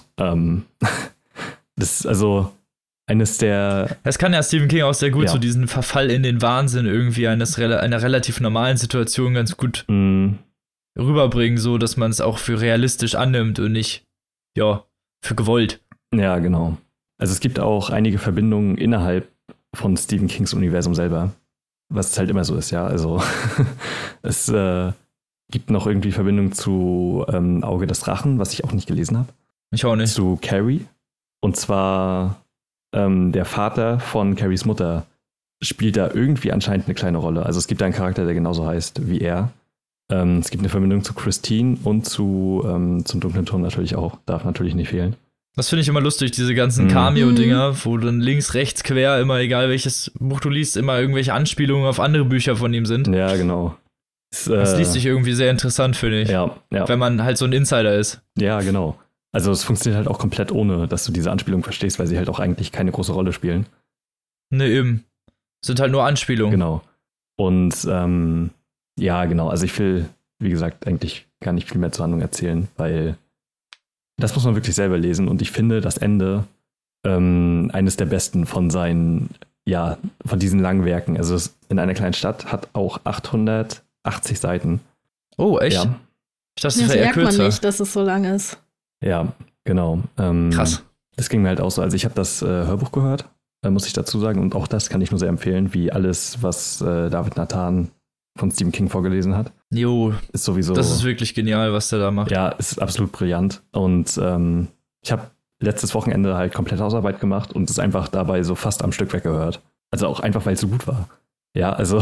Das ist also eines der... Das kann ja Stephen King auch sehr gut, so diesen Verfall in den Wahnsinn irgendwie einer relativ normalen Situation ganz gut rüberbringen, so dass man es auch für realistisch annimmt und nicht, für gewollt. Ja, genau. Also es gibt auch einige Verbindungen innerhalb von Stephen Kings Universum selber, was halt immer so ist, ja. Also es gibt noch irgendwie Verbindung zu Auge des Drachen, was ich auch nicht gelesen habe. Ich auch nicht. Zu Carrie. Und zwar der Vater von Carries Mutter spielt da irgendwie anscheinend eine kleine Rolle. Also es gibt da einen Charakter, der genauso heißt wie er. Es gibt eine Verbindung zu Christine und zum Dunklen Turm natürlich auch. Darf natürlich nicht fehlen. Das finde ich immer lustig, diese ganzen Cameo-Dinger, wo dann links, rechts, quer, immer egal welches Buch du liest, immer irgendwelche Anspielungen auf andere Bücher von ihm sind. Ja, genau. Das liest sich irgendwie sehr interessant, finde ich. Ja. Wenn man halt so ein Insider ist. Ja, genau. Also es funktioniert halt auch komplett ohne, dass du diese Anspielung verstehst, weil sie halt auch eigentlich keine große Rolle spielen. Ne, eben. Sind halt nur Anspielungen. Genau. Und ja, genau. Also ich will, wie gesagt, eigentlich gar nicht viel mehr zur Handlung erzählen, weil das muss man wirklich selber lesen. Und ich finde das Ende eines der besten von seinen, von diesen langen Werken. Also es in einer kleinen Stadt hat auch 880 Seiten. Oh, echt? Ja. Ich dachte, das wäre eher kürzer. Merkt man nicht, dass es so lang ist. Ja, genau. Krass. Das ging mir halt auch so. Also ich habe das Hörbuch gehört, muss ich dazu sagen. Und auch das kann ich nur sehr empfehlen, wie alles, was David Nathan von Stephen King vorgelesen hat. Jo, ist sowieso. Das ist wirklich genial, was der da macht. Ja, ist absolut brillant. Und ich habe letztes Wochenende halt komplett Hausarbeit gemacht und es einfach dabei so fast am Stück weggehört. Also auch einfach, weil es so gut war. Ja, also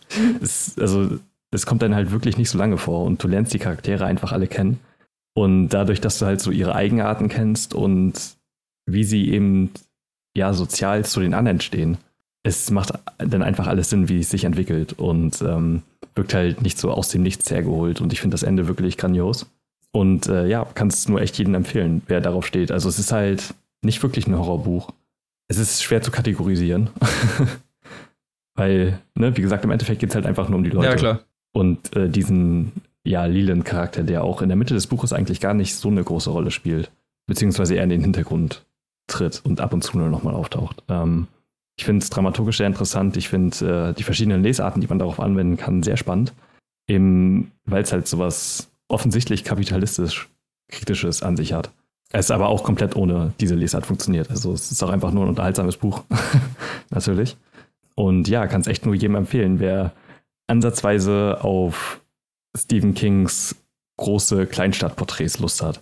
es kommt dann halt wirklich nicht so lange vor und du lernst die Charaktere einfach alle kennen. Und dadurch, dass du halt so ihre Eigenarten kennst und wie sie eben sozial zu den anderen stehen, es macht dann einfach alles Sinn, wie es sich entwickelt und wirkt halt nicht so aus dem Nichts hergeholt. Und ich finde das Ende wirklich grandios. Und kann es nur echt jedem empfehlen, wer darauf steht. Also es ist halt nicht wirklich ein Horrorbuch. Es ist schwer zu kategorisieren. Weil, wie gesagt, im Endeffekt geht es halt einfach nur um die Leute. Ja, klar. Und diesen Leland-Charakter, der auch in der Mitte des Buches eigentlich gar nicht so eine große Rolle spielt. Beziehungsweise eher in den Hintergrund tritt und ab und zu nur nochmal auftaucht. Ich finde es dramaturgisch sehr interessant. Ich finde die verschiedenen Lesarten, die man darauf anwenden kann, sehr spannend. Eben, weil es halt sowas offensichtlich kapitalistisch-kritisches an sich hat. Es aber auch komplett ohne diese Lesart funktioniert. Also es ist auch einfach nur ein unterhaltsames Buch. Natürlich. Und kann es echt nur jedem empfehlen, wer ansatzweise auf Stephen Kings große Kleinstadtporträts Lust hat.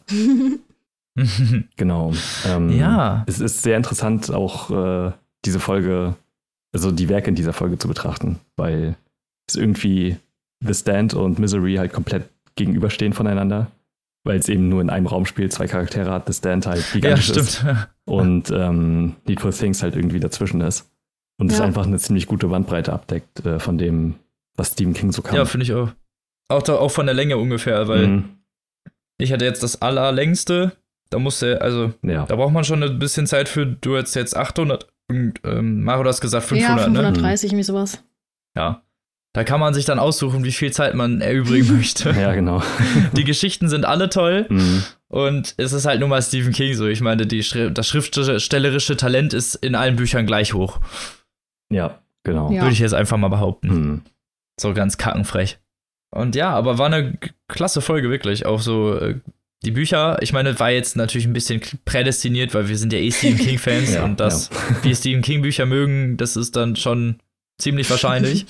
Genau. Es ist sehr interessant, auch diese Folge, also die Werke in dieser Folge zu betrachten, weil es irgendwie The Stand und Misery halt komplett gegenüberstehen voneinander, weil es eben nur in einem Raum spielt, 2 Charaktere hat, The Stand halt gigantisch ist und Needful Things halt irgendwie dazwischen ist. Und es einfach eine ziemlich gute Bandbreite abdeckt von dem, was Stephen King so kann. Ja, finde ich auch. Auch von der Länge ungefähr, weil ich hatte jetzt das allerlängste, da da braucht man schon ein bisschen Zeit für, du hast jetzt 800 und Maro, du hast gesagt 500, ja, 530, irgendwie sowas. Ja, da kann man sich dann aussuchen, wie viel Zeit man erübrigen möchte. Ja, genau. Die Geschichten sind alle toll und es ist halt nur mal Stephen King so. Ich meine, das schriftstellerische Talent ist in allen Büchern gleich hoch. Ja, genau. Ja. Würde ich jetzt einfach mal behaupten. So ganz kackenfrech. Und aber war eine klasse Folge, wirklich. Auch so die Bücher, ich meine, war jetzt natürlich ein bisschen prädestiniert, weil wir sind ja Stephen King-Fans und dass wir Stephen King-Bücher mögen, das ist dann schon ziemlich wahrscheinlich.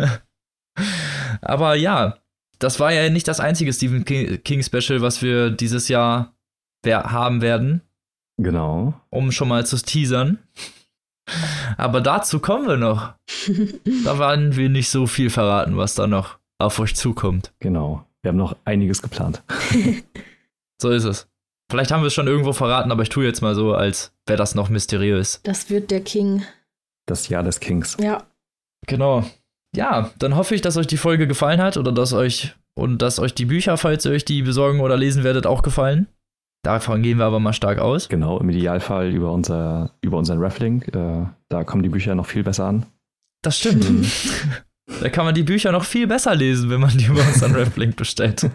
Aber das war ja nicht das einzige Stephen King-Special, was wir dieses Jahr haben werden. Genau. Um schon mal zu teasern. Aber dazu kommen wir noch. Da werden wir nicht so viel verraten, was da noch auf euch zukommt. Genau. Wir haben noch einiges geplant. So ist es. Vielleicht haben wir es schon irgendwo verraten, aber ich tue jetzt mal so, als wäre das noch mysteriös. Das wird der King. Das Jahr des Kings. Ja. Genau. Ja, dann hoffe ich, dass euch die Folge gefallen hat oder dass euch die Bücher, falls ihr euch die besorgen oder lesen werdet, auch gefallen. Davon gehen wir aber mal stark aus. Genau, im Idealfall über unseren Reflink. Da kommen die Bücher noch viel besser an. Das stimmt. Da kann man die Bücher noch viel besser lesen, wenn man die über unseren Reflink bestellt.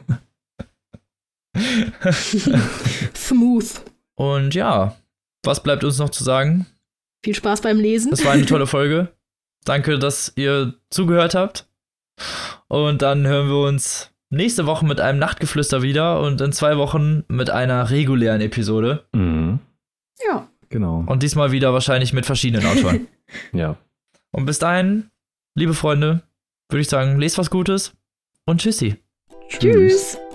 Smooth. Und ja, was bleibt uns noch zu sagen? Viel Spaß beim Lesen. Das war eine tolle Folge. Danke, dass ihr zugehört habt. Und dann hören wir uns nächste Woche mit einem Nachtgeflüster wieder und in 2 Wochen mit einer regulären Episode. Mhm. Ja. Genau. Und diesmal wieder wahrscheinlich mit verschiedenen Autoren. Ja. Und bis dahin, liebe Freunde, würde ich sagen, lest was Gutes und tschüssi. Tschüss.